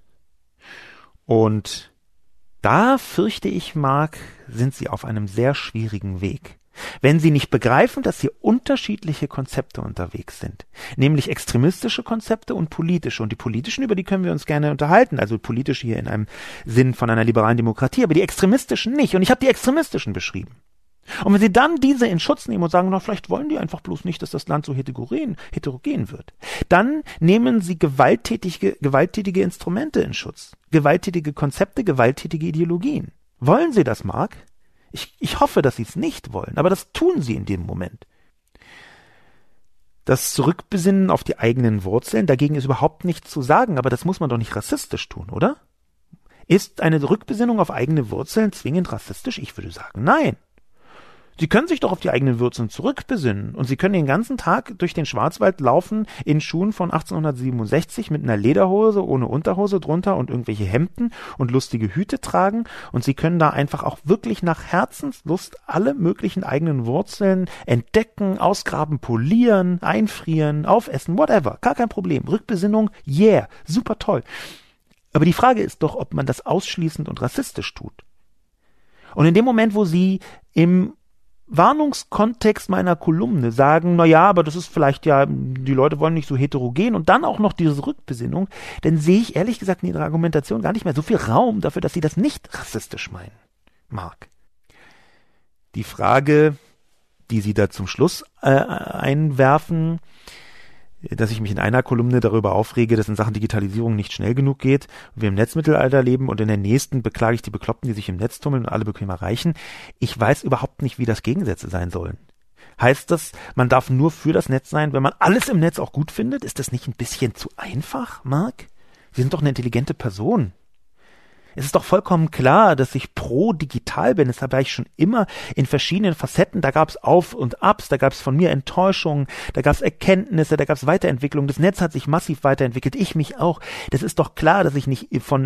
Und da, fürchte ich, Marc, sind Sie auf einem sehr schwierigen Weg. Wenn Sie nicht begreifen, dass hier unterschiedliche Konzepte unterwegs sind, nämlich extremistische Konzepte und politische. Und die politischen, über die können wir uns gerne unterhalten, also politisch hier in einem Sinn von einer liberalen Demokratie, aber die extremistischen nicht. Und ich habe die extremistischen beschrieben. Und wenn Sie dann diese in Schutz nehmen und sagen, na, vielleicht wollen die einfach bloß nicht, dass das Land so heterogen wird, dann nehmen Sie gewalttätige Instrumente in Schutz, gewalttätige Konzepte, gewalttätige Ideologien. Wollen Sie das, Marc? Ich hoffe, dass Sie es nicht wollen, aber das tun Sie in dem Moment. Das Zurückbesinnen auf die eigenen Wurzeln, dagegen ist überhaupt nichts zu sagen, aber das muss man doch nicht rassistisch tun, oder? Ist eine Rückbesinnung auf eigene Wurzeln zwingend rassistisch? Ich würde sagen, nein. Sie können sich doch auf die eigenen Wurzeln zurückbesinnen und Sie können den ganzen Tag durch den Schwarzwald laufen in Schuhen von 1867 mit einer Lederhose ohne Unterhose drunter und irgendwelche Hemden und lustige Hüte tragen und Sie können da einfach auch wirklich nach Herzenslust alle möglichen eigenen Wurzeln entdecken, ausgraben, polieren, einfrieren, aufessen, whatever, gar kein Problem. Rückbesinnung, yeah, super toll. Aber die Frage ist doch, ob man das ausschließend und rassistisch tut. Und in dem Moment, wo Sie im Warnungskontext meiner Kolumne sagen, na ja, aber das ist vielleicht ja, die Leute wollen nicht so heterogen und dann auch noch diese Rückbesinnung, dann sehe ich ehrlich gesagt in Ihrer Argumentation gar nicht mehr so viel Raum dafür, dass Sie das nicht rassistisch meinen, Marc. Die Frage, die Sie da zum Schluss einwerfen, dass ich mich in einer Kolumne darüber aufrege, dass in Sachen Digitalisierung nicht schnell genug geht, wir im Netzmittelalter leben und in der nächsten beklage ich die Bekloppten, die sich im Netz tummeln und alle bequem erreichen. Ich weiß überhaupt nicht, wie das Gegensätze sein sollen. Heißt das, man darf nur für das Netz sein, wenn man alles im Netz auch gut findet? Ist das nicht ein bisschen zu einfach, Marc? Sie sind doch eine intelligente Person. Es ist doch vollkommen klar, dass ich pro digital bin. Das habe ich schon immer in verschiedenen Facetten. Da gab es Auf und Abs, da gab es von mir Enttäuschungen, da gab es Erkenntnisse, da gab es Weiterentwicklung. Das Netz hat sich massiv weiterentwickelt, ich mich auch. Das ist doch klar, dass ich nicht von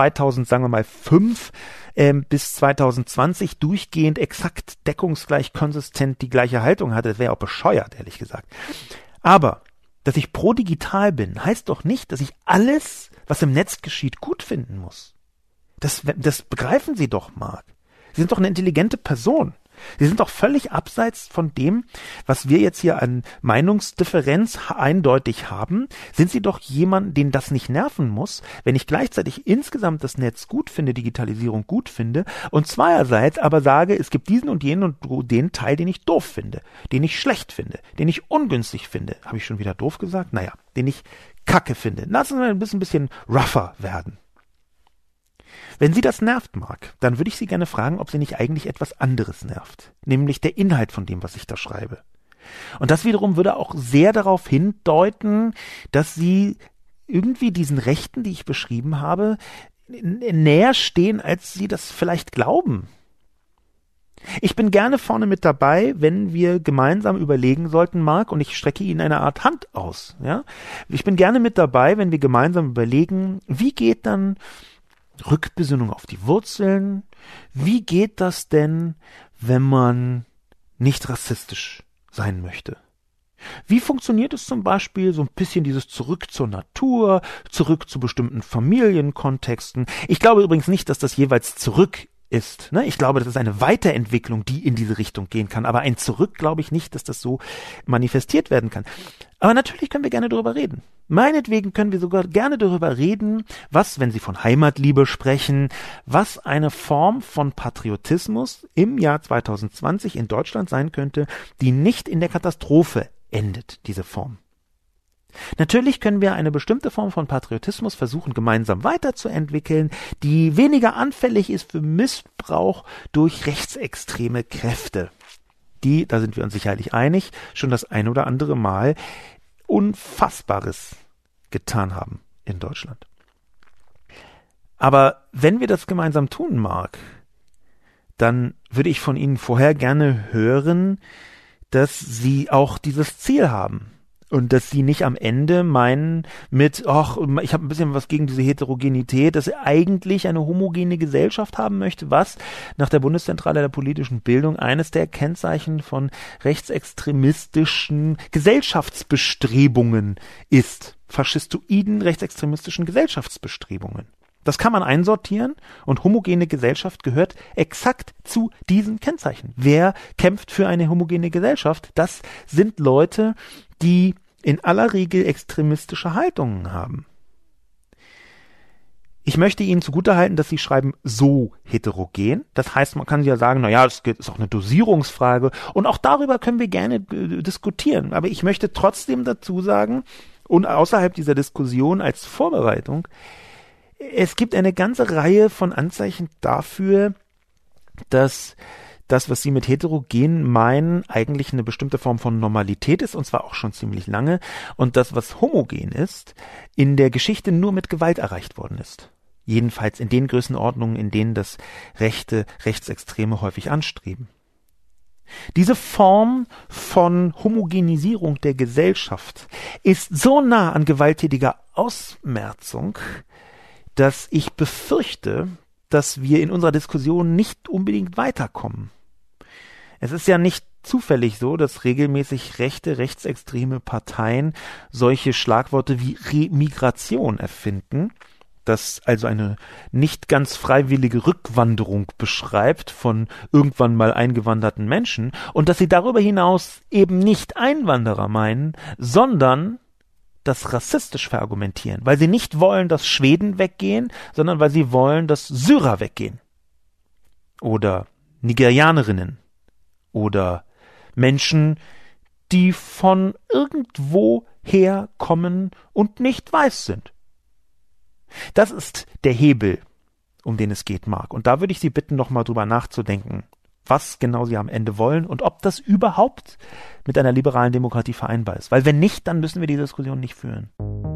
2005 bis 2020 durchgehend exakt deckungsgleich konsistent die gleiche Haltung hatte. Das wäre auch bescheuert, ehrlich gesagt. Aber dass ich pro digital bin, heißt doch nicht, dass ich alles, was im Netz geschieht, gut finden muss. Das begreifen Sie doch, Marc. Sie sind doch eine intelligente Person. Sie sind doch völlig abseits von dem, was wir jetzt hier an Meinungsdifferenz eindeutig haben. Sind Sie doch jemand, den das nicht nerven muss, wenn ich gleichzeitig insgesamt das Netz gut finde, Digitalisierung gut finde und zweierseits aber sage, es gibt diesen und jenen und den Teil, den ich doof finde, den ich schlecht finde, den ich ungünstig finde. Habe ich schon wieder doof gesagt? Naja, den ich kacke finde. Lassen wir ein bisschen rougher werden. Wenn Sie das nervt, Marc, dann würde ich Sie gerne fragen, ob Sie nicht eigentlich etwas anderes nervt, nämlich der Inhalt von dem, was ich da schreibe. Und das wiederum würde auch sehr darauf hindeuten, dass Sie irgendwie diesen Rechten, die ich beschrieben habe, näher stehen, als Sie das vielleicht glauben. Ich bin gerne vorne mit dabei, wenn wir gemeinsam überlegen sollten, Marc, und ich strecke Ihnen eine Art Hand aus. Ja? Ich bin gerne mit dabei, wenn wir gemeinsam überlegen, wie geht dann Rückbesinnung auf die Wurzeln? Wie geht das denn, wenn man nicht rassistisch sein möchte? Wie funktioniert es zum Beispiel so ein bisschen dieses Zurück zur Natur, zurück zu bestimmten Familienkontexten? Ich glaube übrigens nicht, dass das jeweils zurück ist. Ne? Ich glaube, das ist eine Weiterentwicklung, die in diese Richtung gehen kann. Aber ein Zurück glaube ich nicht, dass das so manifestiert werden kann. Aber natürlich können wir gerne darüber reden. Meinetwegen können wir sogar gerne darüber reden, was, wenn Sie von Heimatliebe sprechen, was eine Form von Patriotismus im Jahr 2020 in Deutschland sein könnte, die nicht in der Katastrophe endet, diese Form. Natürlich können wir eine bestimmte Form von Patriotismus versuchen, gemeinsam weiterzuentwickeln, die weniger anfällig ist für Missbrauch durch rechtsextreme Kräfte, die, da sind wir uns sicherlich einig, schon das ein oder andere Mal Unfassbares getan haben in Deutschland. Aber wenn wir das gemeinsam tun, Marc, dann würde ich von Ihnen vorher gerne hören, dass Sie auch dieses Ziel haben. Und dass sie nicht am Ende meinen mit, ach, ich habe ein bisschen was gegen diese Heterogenität, dass er eigentlich eine homogene Gesellschaft haben möchte, was nach der Bundeszentrale der politischen Bildung eines der Kennzeichen von rechtsextremistischen Gesellschaftsbestrebungen ist. Faschistoiden rechtsextremistischen Gesellschaftsbestrebungen. Das kann man einsortieren und homogene Gesellschaft gehört exakt zu diesen Kennzeichen. Wer kämpft für eine homogene Gesellschaft? Das sind Leute, die in aller Regel extremistische Haltungen haben. Ich möchte Ihnen zugutehalten, dass Sie schreiben so heterogen. Das heißt, man kann ja sagen, naja, das ist auch eine Dosierungsfrage und auch darüber können wir gerne diskutieren. Aber ich möchte trotzdem dazu sagen, und außerhalb dieser Diskussion als Vorbereitung, es gibt eine ganze Reihe von Anzeichen dafür, dass das, was Sie mit heterogen meinen, eigentlich eine bestimmte Form von Normalität ist, und zwar auch schon ziemlich lange, und das, was homogen ist, in der Geschichte nur mit Gewalt erreicht worden ist. Jedenfalls in den Größenordnungen, in denen das Rechtsextreme häufig anstreben. Diese Form von Homogenisierung der Gesellschaft ist so nah an gewalttätiger Ausmerzung, dass ich befürchte, dass wir in unserer Diskussion nicht unbedingt weiterkommen. Es ist ja nicht zufällig so, dass regelmäßig rechtsextreme Parteien solche Schlagworte wie Remigration erfinden, das also eine nicht ganz freiwillige Rückwanderung beschreibt von irgendwann mal eingewanderten Menschen und dass sie darüber hinaus eben nicht Einwanderer meinen, sondern das rassistisch verargumentieren, weil sie nicht wollen, dass Schweden weggehen, sondern weil sie wollen, dass Syrer weggehen. Oder Nigerianerinnen. Oder Menschen, die von irgendwo herkommen und nicht weiß sind. Das ist der Hebel, um den es geht, Marc. Und da würde ich Sie bitten, nochmal drüber nachzudenken, was genau Sie am Ende wollen und ob das überhaupt mit einer liberalen Demokratie vereinbar ist. Weil wenn nicht, dann müssen wir die Diskussion nicht führen.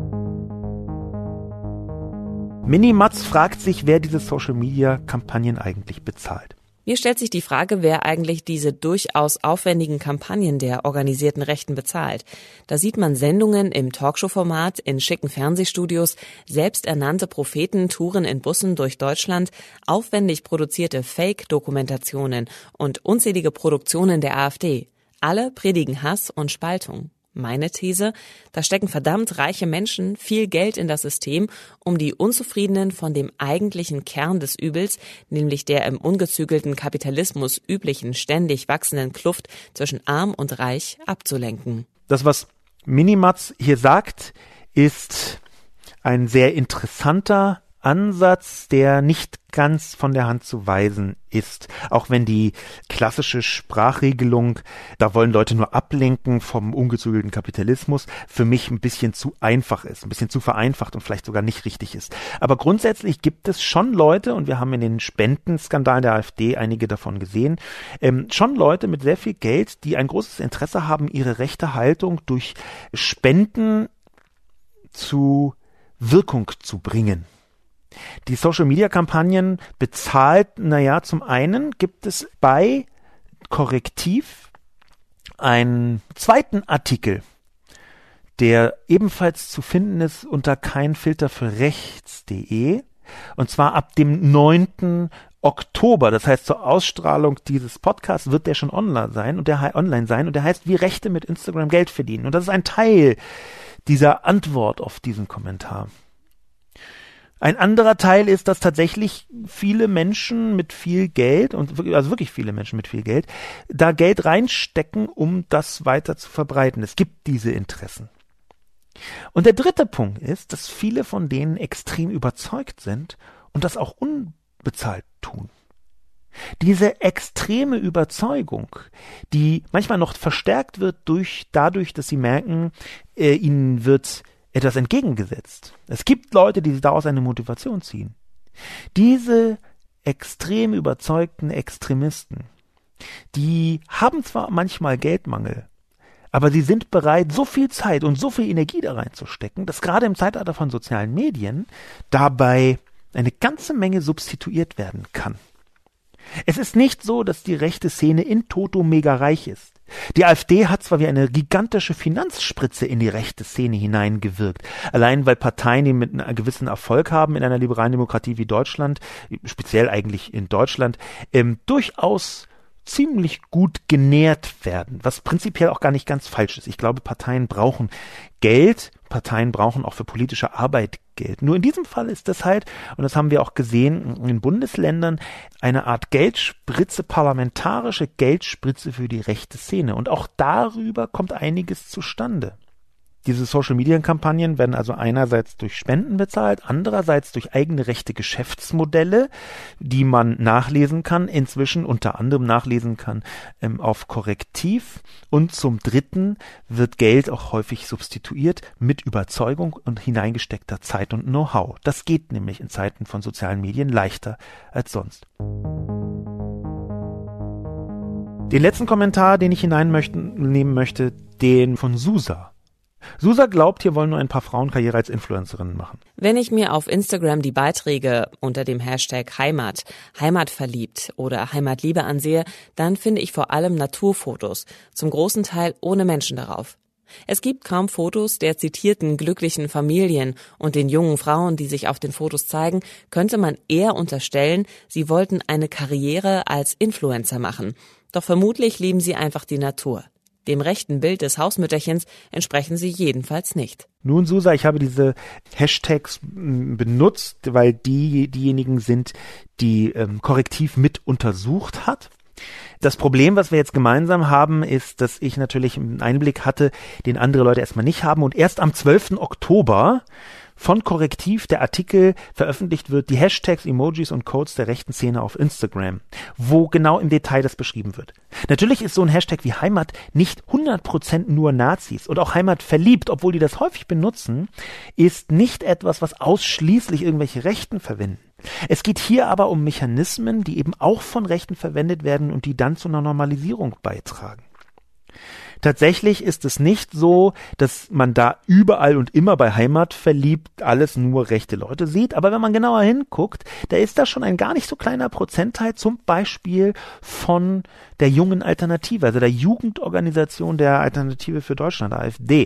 Minimatz fragt sich, wer diese Social-Media-Kampagnen eigentlich bezahlt. Mir stellt sich die Frage, wer eigentlich diese durchaus aufwendigen Kampagnen der organisierten Rechten bezahlt. Da sieht man Sendungen im Talkshow-Format, in schicken Fernsehstudios, selbsternannte Propheten touren in Bussen durch Deutschland, aufwendig produzierte Fake-Dokumentationen und unzählige Produktionen der AfD. Alle predigen Hass und Spaltung. Meine These, da stecken verdammt reiche Menschen viel Geld in das System, um die Unzufriedenen von dem eigentlichen Kern des Übels, nämlich der im ungezügelten Kapitalismus üblichen ständig wachsenden Kluft zwischen arm und reich, abzulenken. Das, was Minimatz hier sagt, ist ein sehr interessanter Ansatz, der nicht ganz von der Hand zu weisen ist. Auch wenn die klassische Sprachregelung, da wollen Leute nur ablenken vom ungezügelten Kapitalismus, für mich ein bisschen zu einfach ist, ein bisschen zu vereinfacht und vielleicht sogar nicht richtig ist. Aber grundsätzlich gibt es schon Leute, und wir haben in den Spendenskandalen der AfD einige davon gesehen, schon Leute mit sehr viel Geld, die ein großes Interesse haben, ihre rechte Haltung durch Spenden zu Wirkung zu bringen. Die Social-Media-Kampagnen bezahlt, zum einen gibt es bei Korrektiv einen zweiten Artikel, der ebenfalls zu finden ist unter keinfilterfürrechts.de, und zwar ab dem 9. Oktober, das heißt zur Ausstrahlung dieses Podcasts wird der schon online sein und der heißt, wie Rechte mit Instagram Geld verdienen. Und das ist ein Teil dieser Antwort auf diesen Kommentar. Ein anderer Teil ist, dass tatsächlich viele Menschen mit viel Geld, also wirklich viele Menschen mit viel Geld, da Geld reinstecken, um das weiter zu verbreiten. Es gibt diese Interessen. Und der dritte Punkt ist, dass viele von denen extrem überzeugt sind und das auch unbezahlt tun. Diese extreme Überzeugung, die manchmal noch verstärkt wird dadurch, dass sie merken, ihnen wird etwas entgegengesetzt. Es gibt Leute, die daraus eine Motivation ziehen. Diese extrem überzeugten Extremisten, die haben zwar manchmal Geldmangel, aber sie sind bereit, so viel Zeit und so viel Energie da reinzustecken, dass gerade im Zeitalter von sozialen Medien dabei eine ganze Menge substituiert werden kann. Es ist nicht so, dass die rechte Szene in toto mega reich ist. Die AfD hat zwar wie eine gigantische Finanzspritze in die rechte Szene hineingewirkt, allein weil Parteien, die mit einem gewissen Erfolg haben in einer liberalen Demokratie wie Deutschland, speziell eigentlich in Deutschland, durchaus ziemlich gut genährt werden, was prinzipiell auch gar nicht ganz falsch ist. Ich glaube, Parteien brauchen Geld, Parteien brauchen auch für politische Arbeit Geld. Nur in diesem Fall ist das halt, und das haben wir auch gesehen in Bundesländern, eine Art Geldspritze, parlamentarische Geldspritze für die rechte Szene. Und auch darüber kommt einiges zustande. Diese Social-Media-Kampagnen werden also einerseits durch Spenden bezahlt, andererseits durch eigene rechte Geschäftsmodelle, die man nachlesen kann, inzwischen unter anderem nachlesen kann auf Korrektiv. Und zum Dritten wird Geld auch häufig substituiert mit Überzeugung und hineingesteckter Zeit und Know-how. Das geht nämlich in Zeiten von sozialen Medien leichter als sonst. Den letzten Kommentar, den ich hineinnehmen möchte, den von Susa. Susa glaubt, hier wollen nur ein paar Frauen Karriere als Influencerinnen machen. Wenn ich mir auf Instagram die Beiträge unter dem Hashtag Heimat, Heimatverliebt oder Heimatliebe ansehe, dann finde ich vor allem Naturfotos, zum großen Teil ohne Menschen darauf. Es gibt kaum Fotos der zitierten glücklichen Familien und den jungen Frauen, die sich auf den Fotos zeigen, könnte man eher unterstellen, sie wollten eine Karriere als Influencer machen. Doch vermutlich lieben sie einfach die Natur. Dem rechten Bild des Hausmütterchens entsprechen sie jedenfalls nicht. Nun, Susa, ich habe diese Hashtags benutzt, weil diejenigen sind, die Korrektiv mit untersucht hat. Das Problem, was wir jetzt gemeinsam haben, ist, dass ich natürlich einen Einblick hatte, den andere Leute erstmal nicht haben. Und erst am 12. Oktober von Korrektiv der Artikel veröffentlicht wird, die Hashtags, Emojis und Codes der rechten Szene auf Instagram, wo genau im Detail das beschrieben wird. Natürlich ist so ein Hashtag wie Heimat nicht 100% nur Nazis und auch Heimat verliebt, obwohl die das häufig benutzen, ist nicht etwas, was ausschließlich irgendwelche Rechten verwenden. Es geht hier aber um Mechanismen, die eben auch von Rechten verwendet werden und die dann zu einer Normalisierung beitragen. Tatsächlich ist es nicht so, dass man da überall und immer bei Heimat verliebt alles nur rechte Leute sieht, aber wenn man genauer hinguckt, da ist da schon ein gar nicht so kleiner Prozentteil zum Beispiel von der jungen Alternative, also der Jugendorganisation der Alternative für Deutschland, AfD,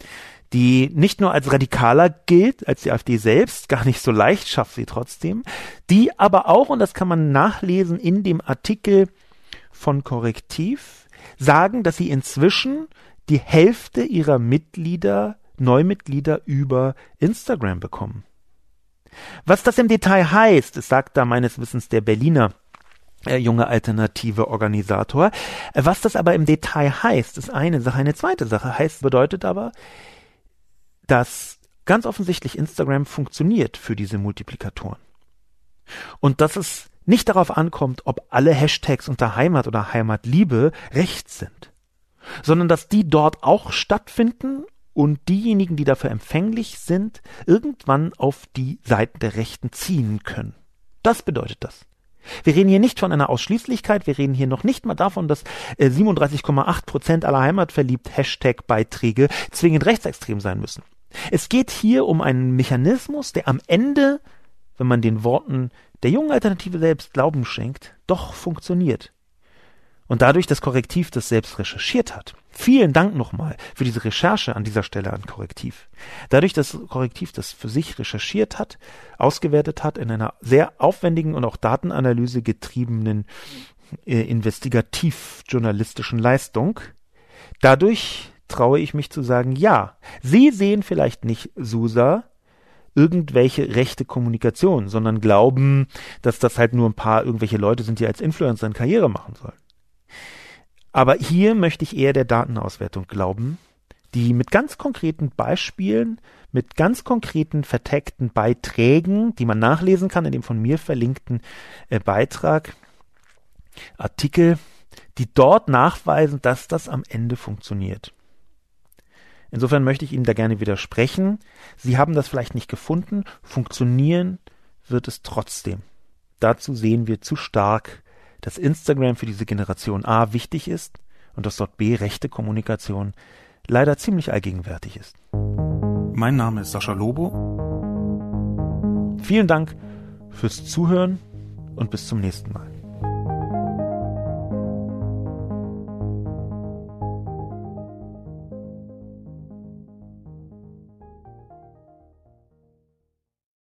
die nicht nur als radikaler gilt, als die AfD selbst, gar nicht so leicht, schafft sie trotzdem, die aber auch, und das kann man nachlesen in dem Artikel von Korrektiv, sagen, dass sie inzwischen die Hälfte ihrer Neumitglieder über Instagram bekommen. Was das im Detail heißt, das sagt da meines Wissens der Berliner junge alternative Organisator. Was das aber im Detail heißt, ist eine Sache. Eine zweite Sache bedeutet aber, dass ganz offensichtlich Instagram funktioniert für diese Multiplikatoren. Und dass es nicht darauf ankommt, ob alle Hashtags unter Heimat oder Heimatliebe rechts sind, sondern dass die dort auch stattfinden und diejenigen, die dafür empfänglich sind, irgendwann auf die Seiten der Rechten ziehen können. Das bedeutet das. Wir reden hier nicht von einer Ausschließlichkeit, wir reden hier noch nicht mal davon, dass 37,8% aller Heimatverliebt-Hashtag-Beiträge zwingend rechtsextrem sein müssen. Es geht hier um einen Mechanismus, der am Ende, wenn man den Worten der jungen Alternative selbst Glauben schenkt, doch funktioniert. und dadurch das Korrektiv das selbst recherchiert hat. Vielen Dank nochmal für diese Recherche an dieser Stelle an Korrektiv. Dadurch, dass Korrektiv das für sich recherchiert hat, ausgewertet hat, in einer sehr aufwendigen und auch Datenanalyse getriebenen investigativ-journalistischen Leistung, dadurch traue ich mich zu sagen, ja, Sie sehen vielleicht nicht, SUSE, irgendwelche rechte Kommunikation, sondern glauben, dass das halt nur ein paar irgendwelche Leute sind, die als Influencer eine Karriere machen sollen. Aber hier möchte ich eher der Datenauswertung glauben, die mit ganz konkreten Beispielen, mit ganz konkreten vertagten Beiträgen, die man nachlesen kann in dem von mir verlinkten Beitrag, Artikel, die dort nachweisen, dass das am Ende funktioniert. Insofern möchte ich Ihnen da gerne widersprechen. Sie haben das vielleicht nicht gefunden, funktionieren wird es trotzdem. Dazu sehen wir zu stark, dass Instagram für diese Generation A wichtig ist und dass dort B rechte Kommunikation leider ziemlich allgegenwärtig ist. Mein Name ist Sascha Lobo. Vielen Dank fürs Zuhören und bis zum nächsten Mal.